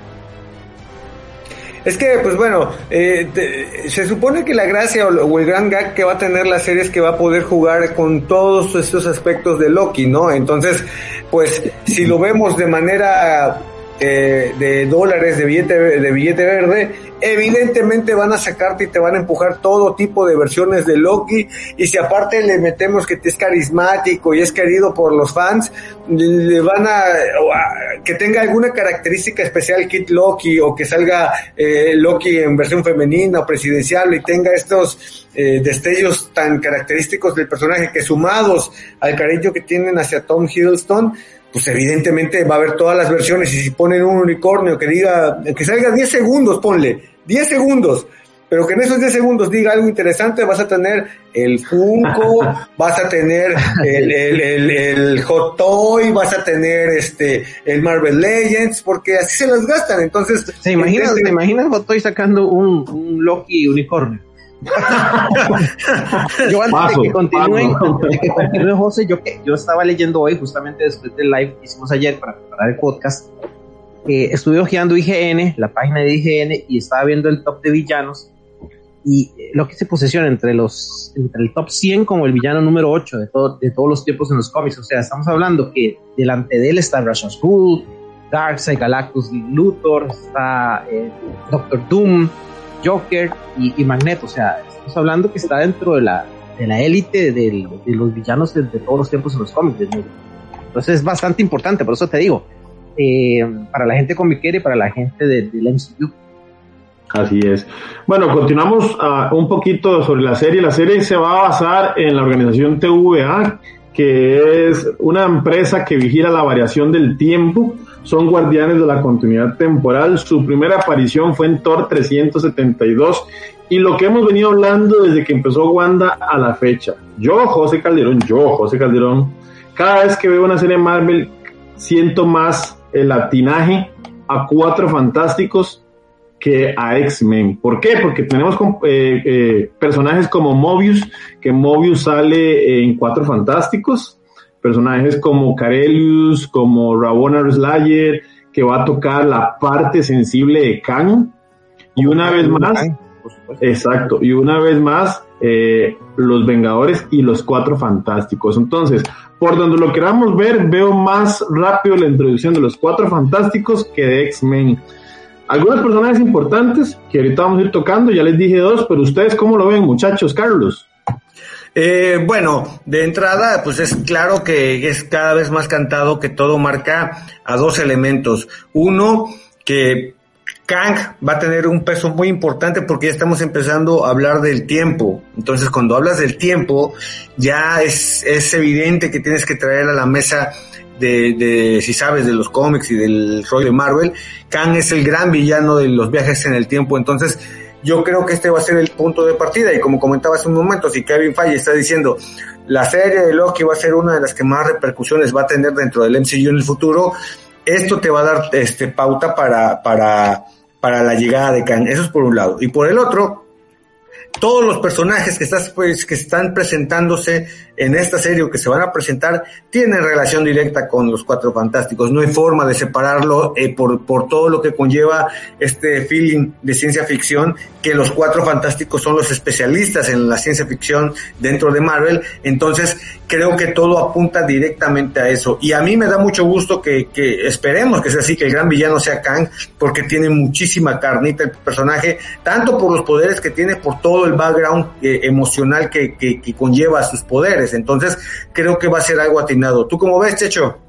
Es que, pues bueno, eh, te, se supone que la gracia o, o el gran gag que va a tener la serie es que va a poder jugar con todos estos aspectos de Loki, ¿no? Entonces, pues, si lo vemos de manera eh, de dólares, de billete, de billete verde, evidentemente van a sacarte y te van a empujar todo tipo de versiones de Loki, y si aparte le metemos que es carismático y es querido por los fans, le van a, a que tenga alguna característica especial Kid Loki, o que salga eh, Loki en versión femenina o presidencial y tenga estos eh, destellos tan característicos del personaje, que sumados al cariño que tienen hacia Tom Hiddleston, pues evidentemente va a haber todas las versiones, y si ponen un unicornio que diga, que salga diez segundos, ponle, diez segundos, pero que en esos diez segundos diga algo interesante, vas a tener el Funko, vas a tener el, el, el, el Hot Toy, vas a tener este el Marvel Legends, porque así se las gastan. Entonces, ¿se imagina, ¿se imagina Hot Toy sacando un, un Loki unicornio? Yo antes paso, de que continúen, antes de que continúe José, yo, yo estaba leyendo hoy, justamente después del live que hicimos ayer para preparar el podcast, eh, estuve hojeando I G N, la página de I G N, y estaba viendo el top de villanos, y lo que se posiciona entre los entre el top cien como el villano número ocho de, todo, de todos los tiempos en los cómics. O sea, estamos hablando que delante de él está Ra's al Ghul, Darkseid, Galactus, Luthor, está eh, Doctor Doom, Joker y, y Magneto. O sea, estamos hablando que está dentro de la de la élite de, de los villanos de, de todos los tiempos en los cómics. Entonces es bastante importante, por eso te digo, eh, para la gente comiquera y para la gente del de M C U. Así es. Bueno, continuamos uh, un poquito sobre la serie. La serie se va a basar en la organización T V A, que es una empresa que vigila la variación del tiempo. Son guardianes de la continuidad temporal. Su primera aparición fue en Thor trescientos setenta y dos, y lo que hemos venido hablando desde que empezó Wanda a la fecha. Yo, José Calderón, yo, José Calderón, cada vez que veo una serie Marvel, siento más el latinaje a Cuatro Fantásticos que a X-Men. ¿Por qué? Porque tenemos eh, eh, personajes como Mobius, que Mobius sale en Cuatro Fantásticos, personajes como Karelius, como Ravonna Slayer, que va a tocar la parte sensible de Kang, y una vez más, exacto, y una vez más, eh, los Vengadores y los Cuatro Fantásticos. Entonces, por donde lo queramos ver, veo más rápido la introducción de los Cuatro Fantásticos que de X-Men. Algunos personajes importantes que ahorita vamos a ir tocando, ya les dije dos, pero ustedes ¿cómo lo ven, muchachos? Carlos. Eh, bueno, de entrada, pues es claro que es cada vez más cantado que todo marca a dos elementos. Uno, que Kang va a tener un peso muy importante porque ya estamos empezando a hablar del tiempo. Entonces, cuando hablas del tiempo, ya es, es evidente que tienes que traer a la mesa de, de, si sabes, de los cómics y del rollo de Marvel. Kang es el gran villano de los viajes en el tiempo. Entonces, yo creo que este va a ser el punto de partida, y como comentaba hace un momento, si Kevin Feige está diciendo la serie de Loki va a ser una de las que más repercusiones va a tener dentro del M C U en el futuro, esto te va a dar este pauta para para para la llegada de Kang. Eso es por un lado, y por el otro, todos los personajes que estás pues que están presentándose en esta serie o que se van a presentar tienen relación directa con los Cuatro Fantásticos. No hay forma de separarlo eh, por por todo lo que conlleva este feeling de ciencia ficción, que los Cuatro Fantásticos son los especialistas en la ciencia ficción dentro de Marvel. Entonces creo que todo apunta directamente a eso, y a mí me da mucho gusto que, que esperemos que sea así, que el gran villano sea Kang, porque tiene muchísima carnita el personaje, tanto por los poderes que tiene, por todo el background eh, emocional que, que, que conlleva sus poderes. Entonces creo que va a ser algo atinado. ¿Tú cómo ves, Checho?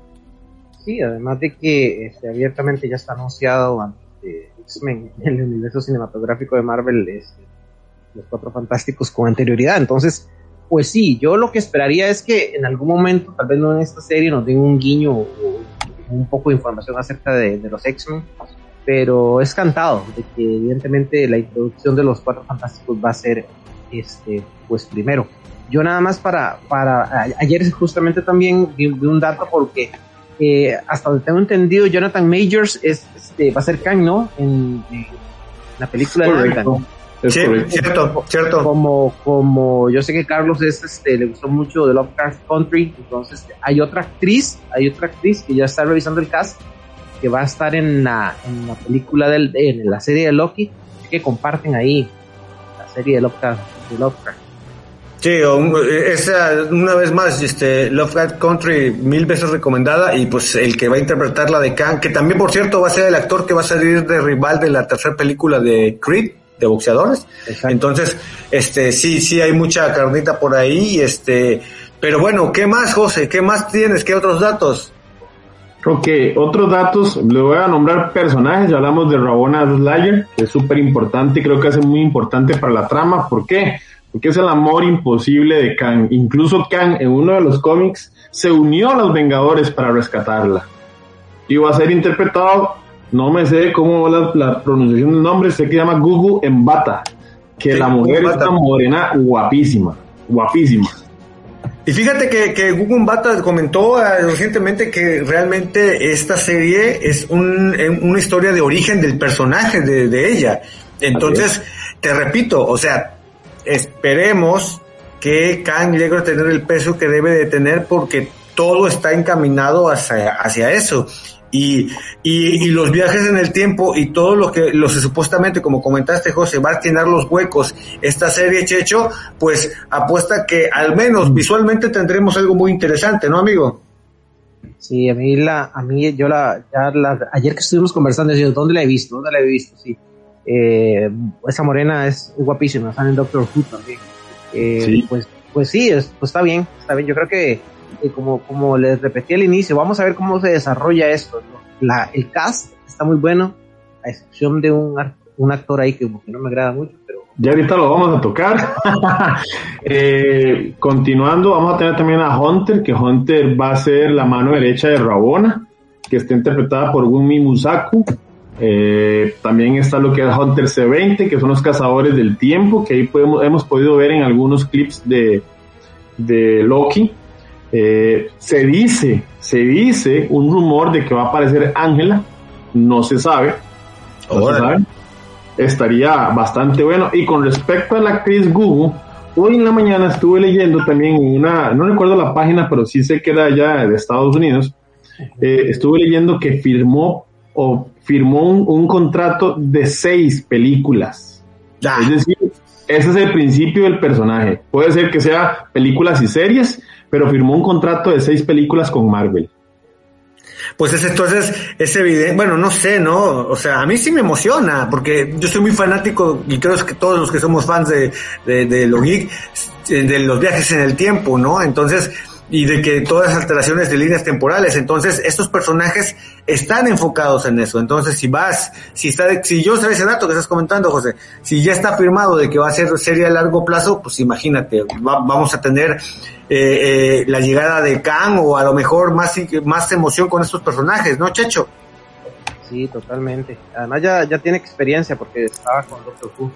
Sí, además de que este, abiertamente ya está anunciado ante X-Men en el universo cinematográfico de Marvel, este, los Cuatro Fantásticos con anterioridad. Entonces, pues sí, yo lo que esperaría es que en algún momento, tal vez no en esta serie, nos den un guiño o un poco de información acerca de, de los X-Men, pero es cantado de que evidentemente la introducción de los Cuatro Fantásticos va a ser este pues primero. Yo nada más para para ayer justamente también vi, vi un dato, porque eh, hasta donde tengo entendido, Jonathan Majors es este va a ser Kang, ¿no? En, en la película de Ant-Man. Sí, cierto, cierto. Como como yo sé que Carlos es este le gustó mucho de Lovecraft Country, entonces hay otra actriz, hay otra actriz que ya está revisando el cast, que va a estar en la, en la película del, en la serie de Loki, que comparten ahí la serie de Lovecraft, de Lovecraft. Sí, esa una vez más, este Lovecraft Country, mil veces recomendada, y pues el que va a interpretar la de Kang, que también por cierto va a ser el actor que va a salir de rival de la tercera película de Creed, de boxeadores. Exacto. Entonces, este sí, sí hay mucha carnita por ahí, este, pero bueno, ¿qué más, José? ¿Qué más tienes? ¿Qué otros datos? Ok, otros datos, le voy a nombrar personajes. Ya hablamos de Ravonna Slayer, que es súper importante y creo que es muy importante para la trama. ¿Por qué? porque es el amor imposible de Kang. Incluso Kang, en uno de los cómics, se unió a los Vengadores para rescatarla. Y va a ser interpretado, no me sé cómo la, la pronunciación del nombre, sé que se llama Gugu Mbata, que sí, la mujer es una morena guapísima, guapísima. Y fíjate que, que Gugu Mbata comentó uh, recientemente que realmente esta serie es un, una historia de origen del personaje de, de ella. Entonces, te repito, o sea, esperemos que Kang llegue a tener el peso que debe de tener, porque todo está encaminado hacia, hacia eso. Y, y, y los viajes en el tiempo y todo lo que, lo que supuestamente, como comentaste, José, va a llenar los huecos esta serie, Checho, pues apuesta que al menos visualmente tendremos algo muy interesante, ¿no, amigo? Sí, a mí la, a mí yo la, ya la, ayer que estuvimos conversando, decía, ¿dónde la he visto? ¿Dónde la he visto? Sí, eh, esa morena es guapísima, está en Doctor Who también. Eh, sí. Pues, pues sí, es, pues está bien, está bien. Yo creo que Eh, como, como les repetí al inicio, vamos a ver cómo se desarrolla esto, ¿no? La, el cast está muy bueno, a excepción de un, un actor ahí que, que no me agrada mucho, pero... Ya ahorita lo vamos a tocar. eh, continuando, vamos a tener también a Hunter, que Hunter va a ser la mano derecha de Rabona, que está interpretada por Wunmi Musaku. Eh, también está lo que es Hunter C veinte, que son los cazadores del tiempo, que ahí podemos, hemos podido ver en algunos clips de, de Loki. Eh, se dice, se dice un rumor de que va a aparecer Ángela, no se sabe, no se sabe. Estaría bastante bueno. Y con respecto a la actriz Gugu, hoy en la mañana estuve leyendo también una, no recuerdo la página, pero sí sé que era allá de Estados Unidos, eh, estuve leyendo que firmó o firmó un, un contrato de seis películas. Ah. Es decir, ese es el principio del personaje. Puede ser que sea películas y series, pero firmó un contrato de seis películas con Marvel. Pues es, entonces es evidente, bueno, no sé, ¿no? O sea, a mí sí me emociona, porque yo soy muy fanático, y creo que todos los que somos fans de, de, de lo geek, de los viajes en el tiempo, ¿no? Entonces, y de que todas las alteraciones de líneas temporales, entonces estos personajes están enfocados en eso. Entonces si vas, si está, si yo sé ese dato que estás comentando, José, si ya está firmado de que va a ser serie a largo plazo, pues imagínate, va, vamos a tener eh, eh, la llegada de Kang, o a lo mejor más, más emoción con estos personajes, ¿no, Checho? Sí, totalmente. Además ya, ya tiene experiencia porque estaba con Doctor Who.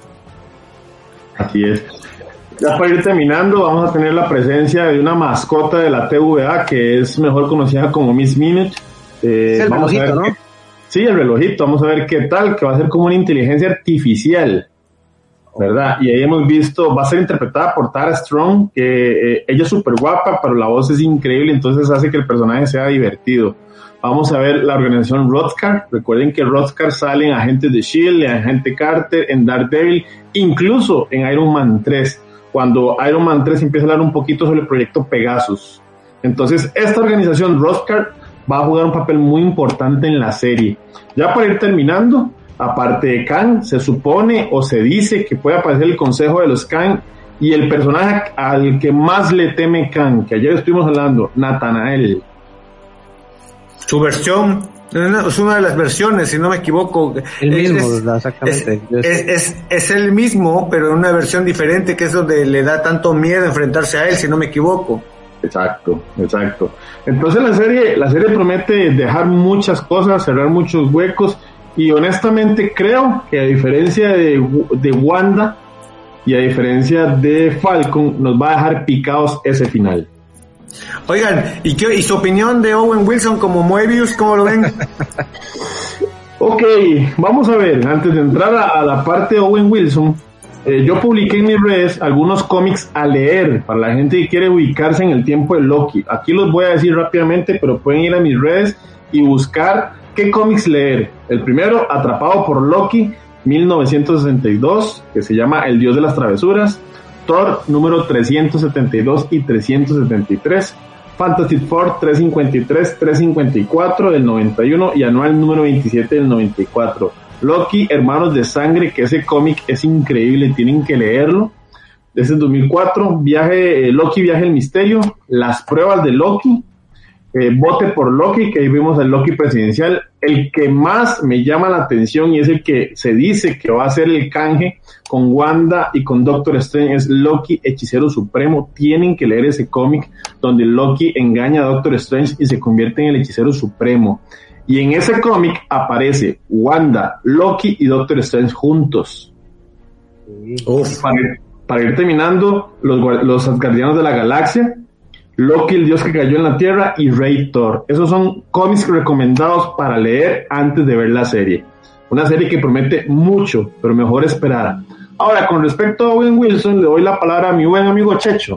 Así es. Ya para ir terminando, vamos a tener la presencia de una mascota de la T V A que es mejor conocida como Miss Minute. Eh, es el vamos relojito, a ver ¿no? Qué, sí, el relojito. Vamos a ver qué tal, que va a ser como una inteligencia artificial, ¿verdad? Y ahí hemos visto, va a ser interpretada por Tara Strong, que eh, ella es súper guapa, pero la voz es increíble, entonces hace que el personaje sea divertido. Vamos a ver la organización Rothscar. Recuerden que Rothscar sale en Agentes de S H I E L D, en Agente Carter, en Daredevil, incluso en Iron Man tres. Cuando Iron Man tres empieza a hablar un poquito sobre el proyecto Pegasus. Entonces, esta organización Rothscar va a jugar un papel muy importante en la serie. Ya para ir terminando, aparte de Kang, se supone o se dice que puede aparecer el Consejo de los Kang, y el personaje al que más le teme Kang, que ayer estuvimos hablando, Nathanael. Su versión, es una de las versiones, si no me equivoco. El mismo, es, exactamente. Es, es, es, es el mismo, pero en una versión diferente, que es donde le da tanto miedo enfrentarse a él, si no me equivoco. Exacto, exacto. Entonces la serie, la serie promete dejar muchas cosas, cerrar muchos huecos, y honestamente creo que a diferencia de, de Wanda y a diferencia de Falcon, nos va a dejar picados ese final. Oigan, ¿y qué, y su opinión de Owen Wilson como Moebius, cómo lo ven? Ok, vamos a ver, antes de entrar a, a la parte de Owen Wilson, eh, yo publiqué en mis redes algunos cómics a leer para la gente que quiere ubicarse en el tiempo de Loki. Aquí los voy a decir rápidamente, pero pueden ir a mis redes y buscar qué cómics leer. El primero, Atrapado por Loki, mil novecientos sesenta y dos, que se llama El Dios de las Travesuras. Thor número trescientos setenta y dos y trescientos setenta y tres, Fantastic Four trescientos cincuenta y tres, trescientos cincuenta y cuatro del noventa y uno y anual número veintisiete del noventa y cuatro. Loki, Hermanos de Sangre, que ese cómic es increíble, tienen que leerlo. Desde el dos mil cuatro, viaje, eh, Loki, Viaje al Misterio, Las Pruebas de Loki, eh, vote por Loki, que ahí vimos el Loki presidencial. El que más me llama la atención y es el que se dice que va a ser el canje con Wanda y con Doctor Strange es Loki, Hechicero Supremo. Tienen que leer ese cómic donde Loki engaña a Doctor Strange y se convierte en el Hechicero Supremo. Y en ese cómic aparece Wanda, Loki y Doctor Strange juntos. Uf. Para, ir, para ir terminando, los, los Asgardianos de la Galaxia, Loki, el dios que cayó en la tierra, y Rey Thor. Esos son cómics recomendados para leer antes de ver la serie. Una serie que promete mucho, pero mejor esperar. Ahora, con respecto a Owen Wilson, le doy la palabra a mi buen amigo Checho.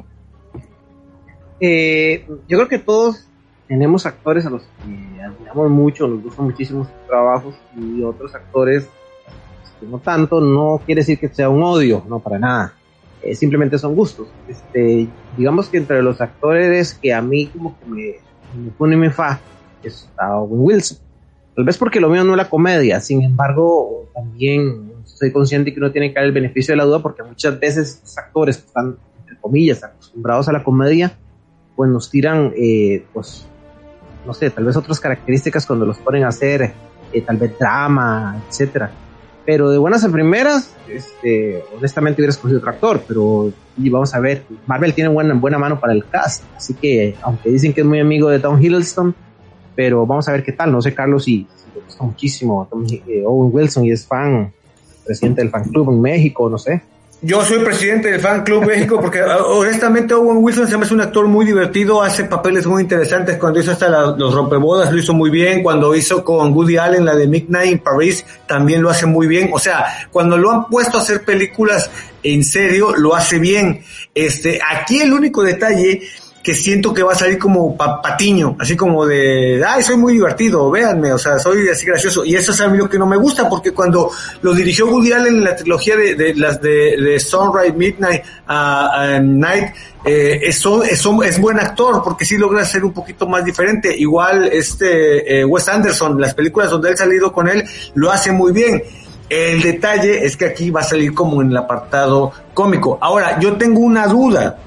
Eh, yo creo que todos tenemos actores a los que admiramos mucho, nos gustan muchísimo sus trabajos, y otros actores que no tanto. No quiere decir que sea un odio, no, para nada. Eh, simplemente son gustos. Este, digamos que entre los actores que a mí como que me, me pone y me fa, está Owen Wilson. Tal vez porque lo mío no es la comedia, sin embargo, también soy consciente que uno tiene que dar el beneficio de la duda, porque muchas veces los actores que están, entre comillas, acostumbrados a la comedia, pues nos tiran, eh, pues, no sé, tal vez otras características cuando los ponen a hacer, eh, tal vez drama, etcétera. Pero de buenas a primeras, este, honestamente hubiera escogido otro actor, pero y vamos a ver, Marvel tiene buena, buena mano para el cast, así que, aunque dicen que es muy amigo de Tom Hiddleston, pero vamos a ver qué tal. No sé, Carlos, si, si le gusta muchísimo Tom, eh, Owen Wilson y es fan, presidente del fan club en México, no sé. Yo soy presidente del Fan Club México porque honestamente Owen Wilson se me hace un actor muy divertido, hace papeles muy interesantes. Cuando hizo hasta la, los rompebodas lo hizo muy bien, cuando hizo con Woody Allen la de Midnight in Paris también lo hace muy bien. O sea, cuando lo han puesto a hacer películas en serio lo hace bien. Este, aquí el único detalle que siento que va a salir como pa- patiño, así como de, ay, soy muy divertido, véanme, o sea, soy así gracioso, y eso es a mí lo que no me gusta, porque cuando lo dirigió Woody Allen en la trilogía de, de las de, de Sunrise, Midnight, uh, uh, Night, eh, eso, eso es buen actor, porque sí logra ser un poquito más diferente. Igual este, eh, Wes Anderson, las películas donde él ha salido con él, lo hace muy bien. El detalle es que aquí va a salir como en el apartado cómico. Ahora, yo tengo una duda.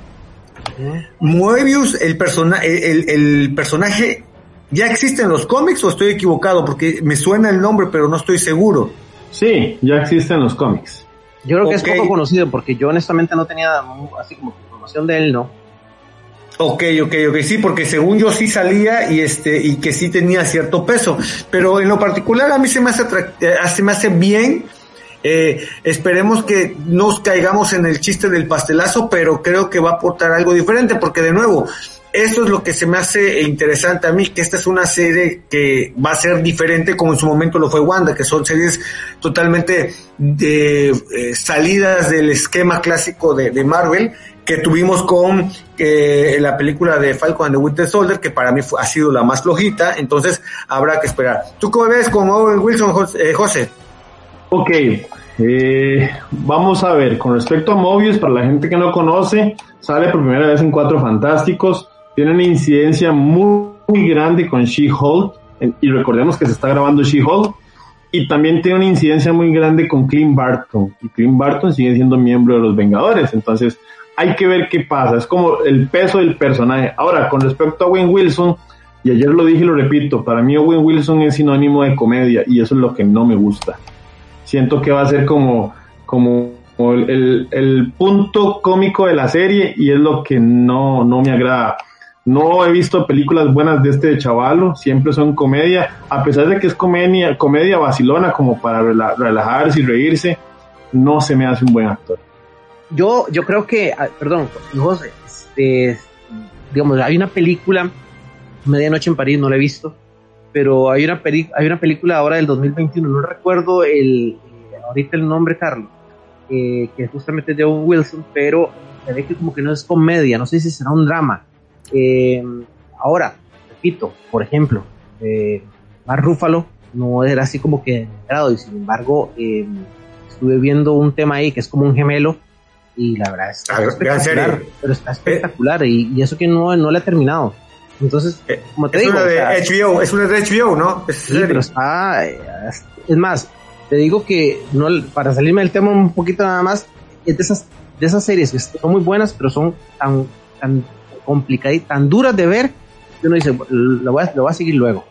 Moebius, el, persona, el, el personaje, ¿ya existe en los cómics o estoy equivocado? Porque me suena el nombre, pero no estoy seguro. Sí, ya existe en los cómics. Yo creo que okay. es poco conocido, porque yo honestamente no tenía así como información de él, ¿no? Ok, ok, ok, sí, porque según yo sí salía y este y que sí tenía cierto peso, pero en lo particular a mí se me hace, atract- se me hace bien. Eh, esperemos que nos caigamos en el chiste del pastelazo, pero creo que va a aportar algo diferente, porque de nuevo, esto es lo que se me hace interesante a mí, que esta es una serie que va a ser diferente como en su momento lo fue Wanda, que son series totalmente de eh, salidas del esquema clásico de, de Marvel, que tuvimos con eh, la película de Falcon and the Winter Soldier, que para mí fue, ha sido la más flojita, entonces habrá que esperar. ¿Tú cómo ves con Owen Wilson, José? Eh, José? Ok, eh, vamos a ver, con respecto a Mobius, para la gente que no conoce, sale por primera vez en Cuatro Fantásticos, tiene una incidencia muy, muy grande con She-Hulk, y recordemos que se está grabando She-Hulk, y también tiene una incidencia muy grande con Clint Barton, y Clint Barton sigue siendo miembro de los Vengadores, entonces hay que ver qué pasa, es como el peso del personaje. Ahora, con respecto a Owen Wilson, y ayer lo dije y lo repito, para mí Owen Wilson es sinónimo de comedia, y eso es lo que no me gusta. Siento que va a ser como, como el, el, el punto cómico de la serie y es lo que no, no me agrada. No he visto películas buenas de este chavalo, siempre son comedia, a pesar de que es comedia, comedia vacilona como para rela, relajarse y reírse, no se me hace un buen actor. Yo, yo creo que, perdón, José, este, digamos, hay una película, Medianoche en París, no la he visto, pero hay una peli- hay una película ahora del dos mil veintiuno, no recuerdo el eh, ahorita el nombre, Carlos, eh, que justamente es de Owen Wilson, pero se ve que como que no es comedia, no sé si será un drama. Eh, ahora, repito, por ejemplo, eh, Mark Ruffalo no era así como que entrado, y sin embargo eh, estuve viendo un tema ahí que es como un gemelo, y la verdad está ah, espectacular, pero está espectacular, eh. y, y eso que no, no la he terminado. Entonces, como te es digo, una de o sea, H B O, es una de H B O, ¿no? Es sí, pero está, es más, te digo que no, para salirme del tema un poquito nada más, es de esas, de esas series que son muy buenas, pero son tan, tan complicadas y tan duras de ver, y uno dice, lo voy a, lo voy a seguir luego.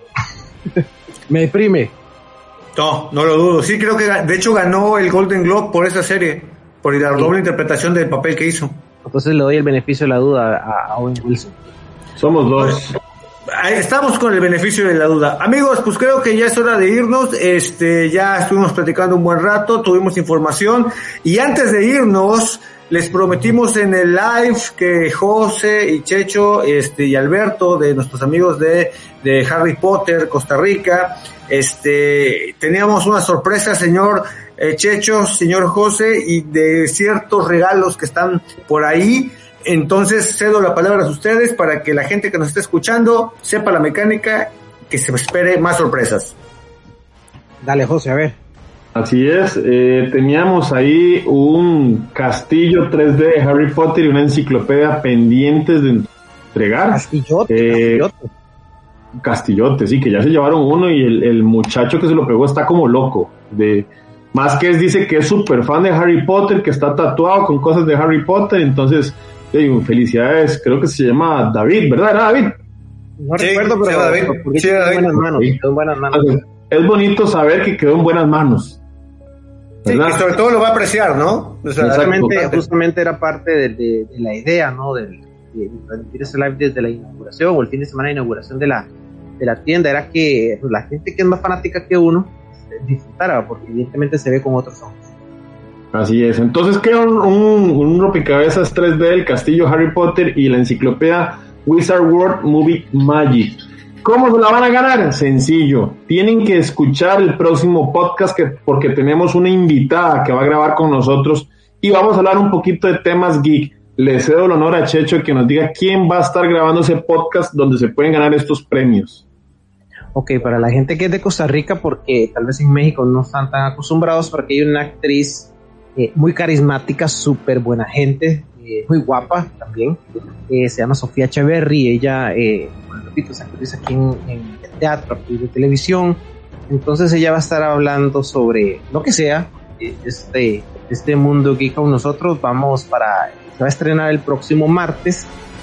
Me deprime. No, no lo dudo. Sí, creo que de hecho ganó el Golden Globe por esa serie, por la sí. doble interpretación del papel que hizo. Entonces le doy el beneficio de la duda a, a Owen Wilson. Somos dos. Estamos con el beneficio de la duda. Amigos, pues creo que ya es hora de irnos. Este, ya estuvimos platicando un buen rato, tuvimos información. Y antes de irnos, les prometimos en el live que José y Checho, este, y Alberto, de nuestros amigos de, de Harry Potter, Costa Rica, este, teníamos una sorpresa, señor eh, Checho, señor José, y de ciertos regalos que están por ahí. Entonces cedo la palabra a ustedes para que la gente que nos esté escuchando sepa la mecánica, que se espere más sorpresas. Dale, José, a ver. Así es, eh, teníamos ahí un castillo tres D de Harry Potter y una enciclopedia pendientes de entregar. Castillote, eh, castillote. Castillote, sí, que ya se llevaron uno y el, el muchacho que se lo pegó está como loco. De, más que es, dice que es súper fan de Harry Potter, que está tatuado con cosas de Harry Potter, entonces, eh, felicidades, creo que se llama David, ¿verdad? ¿Era David? No sí, recuerdo, pero sí, David. porque Sí, quedó David. en buenas manos, Sí. quedó en buenas manos. Entonces, es bonito saber que quedó en buenas manos. Sí, y sobre todo lo va a apreciar, ¿no? O sea, justamente, justamente era parte de, de, de la idea, ¿no? De, de, de transmitir ese live desde la inauguración o el fin de semana de inauguración de la, de la tienda, era que la gente que es más fanática que uno disfrutara, porque evidentemente se ve con otros ojos. Así es, entonces queda un, un, un rompecabezas tres D del castillo Harry Potter y la enciclopedia Wizard World Movie Magic. ¿Cómo se la van a ganar? Sencillo, tienen que escuchar el próximo podcast que, porque tenemos una invitada que va a grabar con nosotros y vamos a hablar un poquito de temas geek. Le cedo el honor a Checho que nos diga quién va a estar grabando ese podcast donde se pueden ganar estos premios. Ok, para la gente que es de Costa Rica, porque tal vez en México no están tan acostumbrados, porque hay una actriz eh, muy carismática, súper buena gente, eh, muy guapa también, eh, se llama Sofía Echeverry, ella, eh, bueno, repito, es actriz aquí en, en el teatro, actriz de televisión, entonces ella va a estar hablando sobre lo que sea, eh, este, este mundo geek con nosotros. Vamos para, se va a estrenar el próximo martes,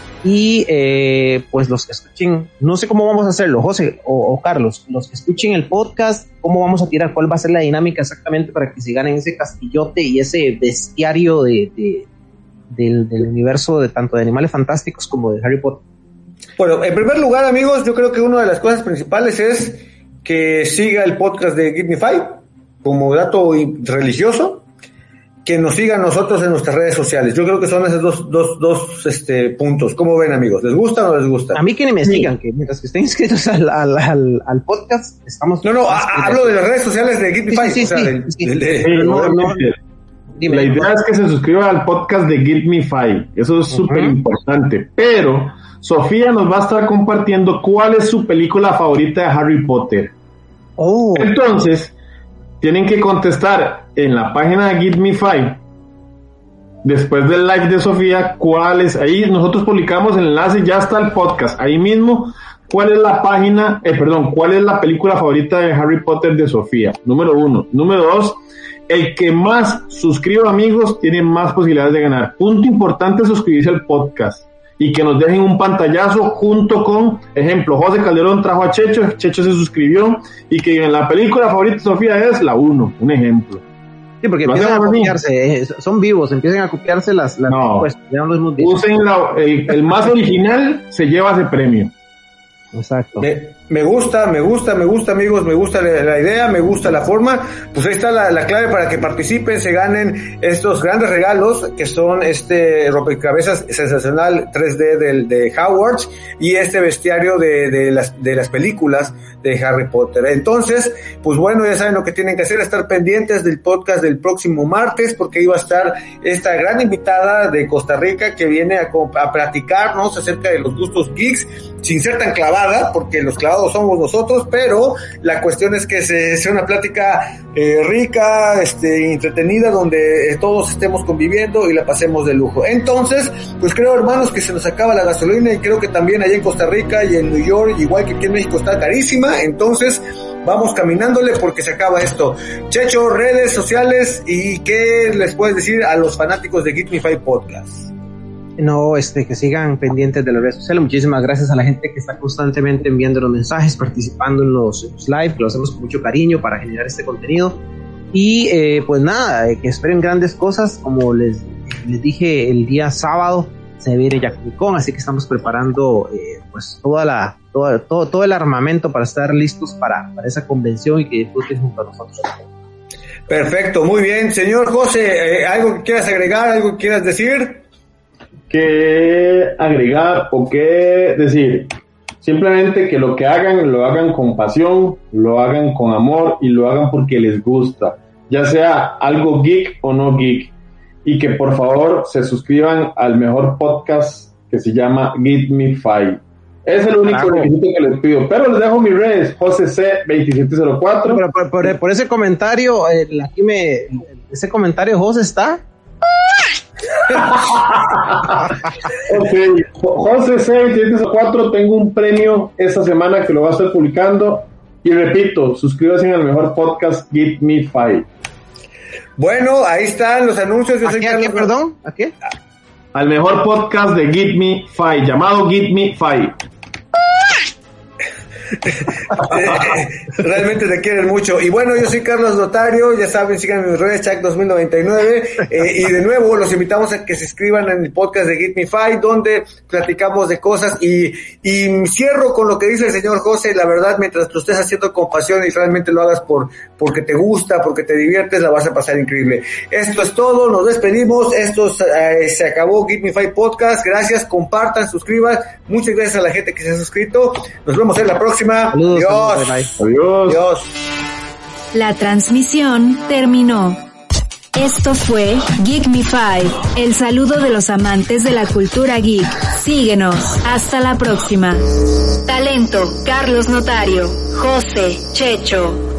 y eh, pues los que escuchen, no sé cómo vamos a hacerlo, José o, o Carlos, los que escuchen el podcast, cómo vamos a tirar, cuál va a ser la dinámica exactamente para que se ganen ese castillote y ese bestiario de, de del, del universo de tanto de Animales Fantásticos como de Harry Potter. Bueno, en primer lugar, amigos, yo creo que una de las cosas principales es que siga el podcast de Give Me Five como dato religioso, que nos sigan nosotros en nuestras redes sociales. Yo creo que son esos dos, dos, dos este, puntos. ¿Cómo ven, amigos? ¿Les gusta o no les gusta? A mí que ni me sí. sigan, que mientras que estén inscritos al, al, al, al podcast, estamos... No, no, a, hablo de las redes sociales de Give Me Five. Sí, sí, o sea, sí, del, sí. del, de, Sí, no, no, Dime, la idea es que se suscriba al podcast de Give Me Five. Eso es súper uh-huh. importante. Pero Sofía nos va a estar compartiendo cuál es su película favorita de Harry Potter. Oh. Entonces, tienen que contestar en la página de Give Me Five, después del live de Sofía, cuál es. Ahí nosotros publicamos el enlace, ya está el podcast. Ahí mismo, cuál es la página, eh, perdón, cuál es la película favorita de Harry Potter de Sofía. Número uno. Número dos. El que más suscriba, amigos, tiene más posibilidades de ganar. Punto importante, suscribirse al podcast y que nos dejen un pantallazo junto con, ejemplo, José Calderón trajo a Checho, Checho se suscribió, y que en la película favorita de Sofía es la uno, un ejemplo. Sí, porque empiezan a copiarse, eh, son vivos, empiezan a copiarse las, las no, pues, ya no los usen la, el, el más original se lleva ese premio. Exacto. Me, me gusta, me gusta, me gusta, amigos, me gusta la, la idea, me gusta la forma. Pues ahí está la, la clave para que participen, se ganen estos grandes regalos que son este rompecabezas sensacional tres D del, de Hogwarts y este bestiario de, de las, de las películas de Harry Potter. Entonces, pues bueno, ya saben lo que tienen que hacer, estar pendientes del podcast del próximo martes, porque iba a estar esta gran invitada de Costa Rica que viene a, a platicarnos acerca de los gustos geeks, sin ser tan clavada, porque los clavados somos nosotros, pero la cuestión es que se, sea una plática eh, rica, este, entretenida, donde eh, todos estemos conviviendo y la pasemos de lujo. Entonces, pues creo, hermanos, que se nos acaba la gasolina, y creo que también allá en Costa Rica y en New York, igual que aquí en México, está carísima. Entonces, vamos caminándole porque se acaba esto. Checho, redes sociales, y qué les puedes decir a los fanáticos de Geek Me Five Podcast. no, este, que sigan pendientes de las redes sociales. Muchísimas gracias a la gente que está constantemente enviando los mensajes, participando en los, en los live, que lo hacemos con mucho cariño para generar este contenido. Y eh, pues nada, eh, que esperen grandes cosas. Como les, les dije el día sábado, se viene Yakunicon, así que estamos preparando eh, pues toda la, toda, todo, todo el armamento para estar listos para, para esa convención y que disfruten junto a nosotros. Perfecto, muy bien. Señor José, eh, ¿algo que quieras agregar, algo que quieras decir? Que agregar o qué decir. Simplemente que lo que hagan, lo hagan con pasión, lo hagan con amor y lo hagan porque les gusta, ya sea algo geek o no geek. Y que por favor se suscriban al mejor podcast que se llama Get Me Five. Es el único requisito que les pido. Pero les dejo mis redes, José C veintisiete cero cuatro. Pero por, por, por ese comentario, eh, aquí me, ese comentario, José, está. Okay. José C veintisiete cero cuatro, tengo un premio esta semana que lo va a estar publicando. Y repito, suscríbanse al mejor podcast Get Me Five. Bueno, ahí están los anuncios. Yo ¿A soy qué, Carlos... ¿A qué, perdón? ¿A qué? Al mejor podcast de Get Me Five, llamado Get Me Five. Realmente te quieren mucho. Y bueno, yo soy Carlos Notario, ya saben, sigan en mis redes, Chuck dos mil noventa y nueve, eh, y de nuevo los invitamos a que se inscriban en el podcast de Get Me Five, donde platicamos de cosas, y, y cierro con lo que dice el señor José. La verdad, mientras lo estés haciendo con pasión y realmente lo hagas por porque te gusta, porque te diviertes, la vas a pasar increíble. Esto es todo, nos despedimos. Esto eh, se acabó Get Me Five Podcast. Gracias, compartan, suscriban. Muchas gracias a la gente que se ha suscrito. Nos vemos en la próxima. Saludos, Adiós. bye, bye. Adiós. Adiós. La transmisión terminó. Esto fue Geek Me Five, el saludo de los amantes de la cultura geek. Síguenos. Hasta la próxima. Talento: Carlos Notario, José, Checho.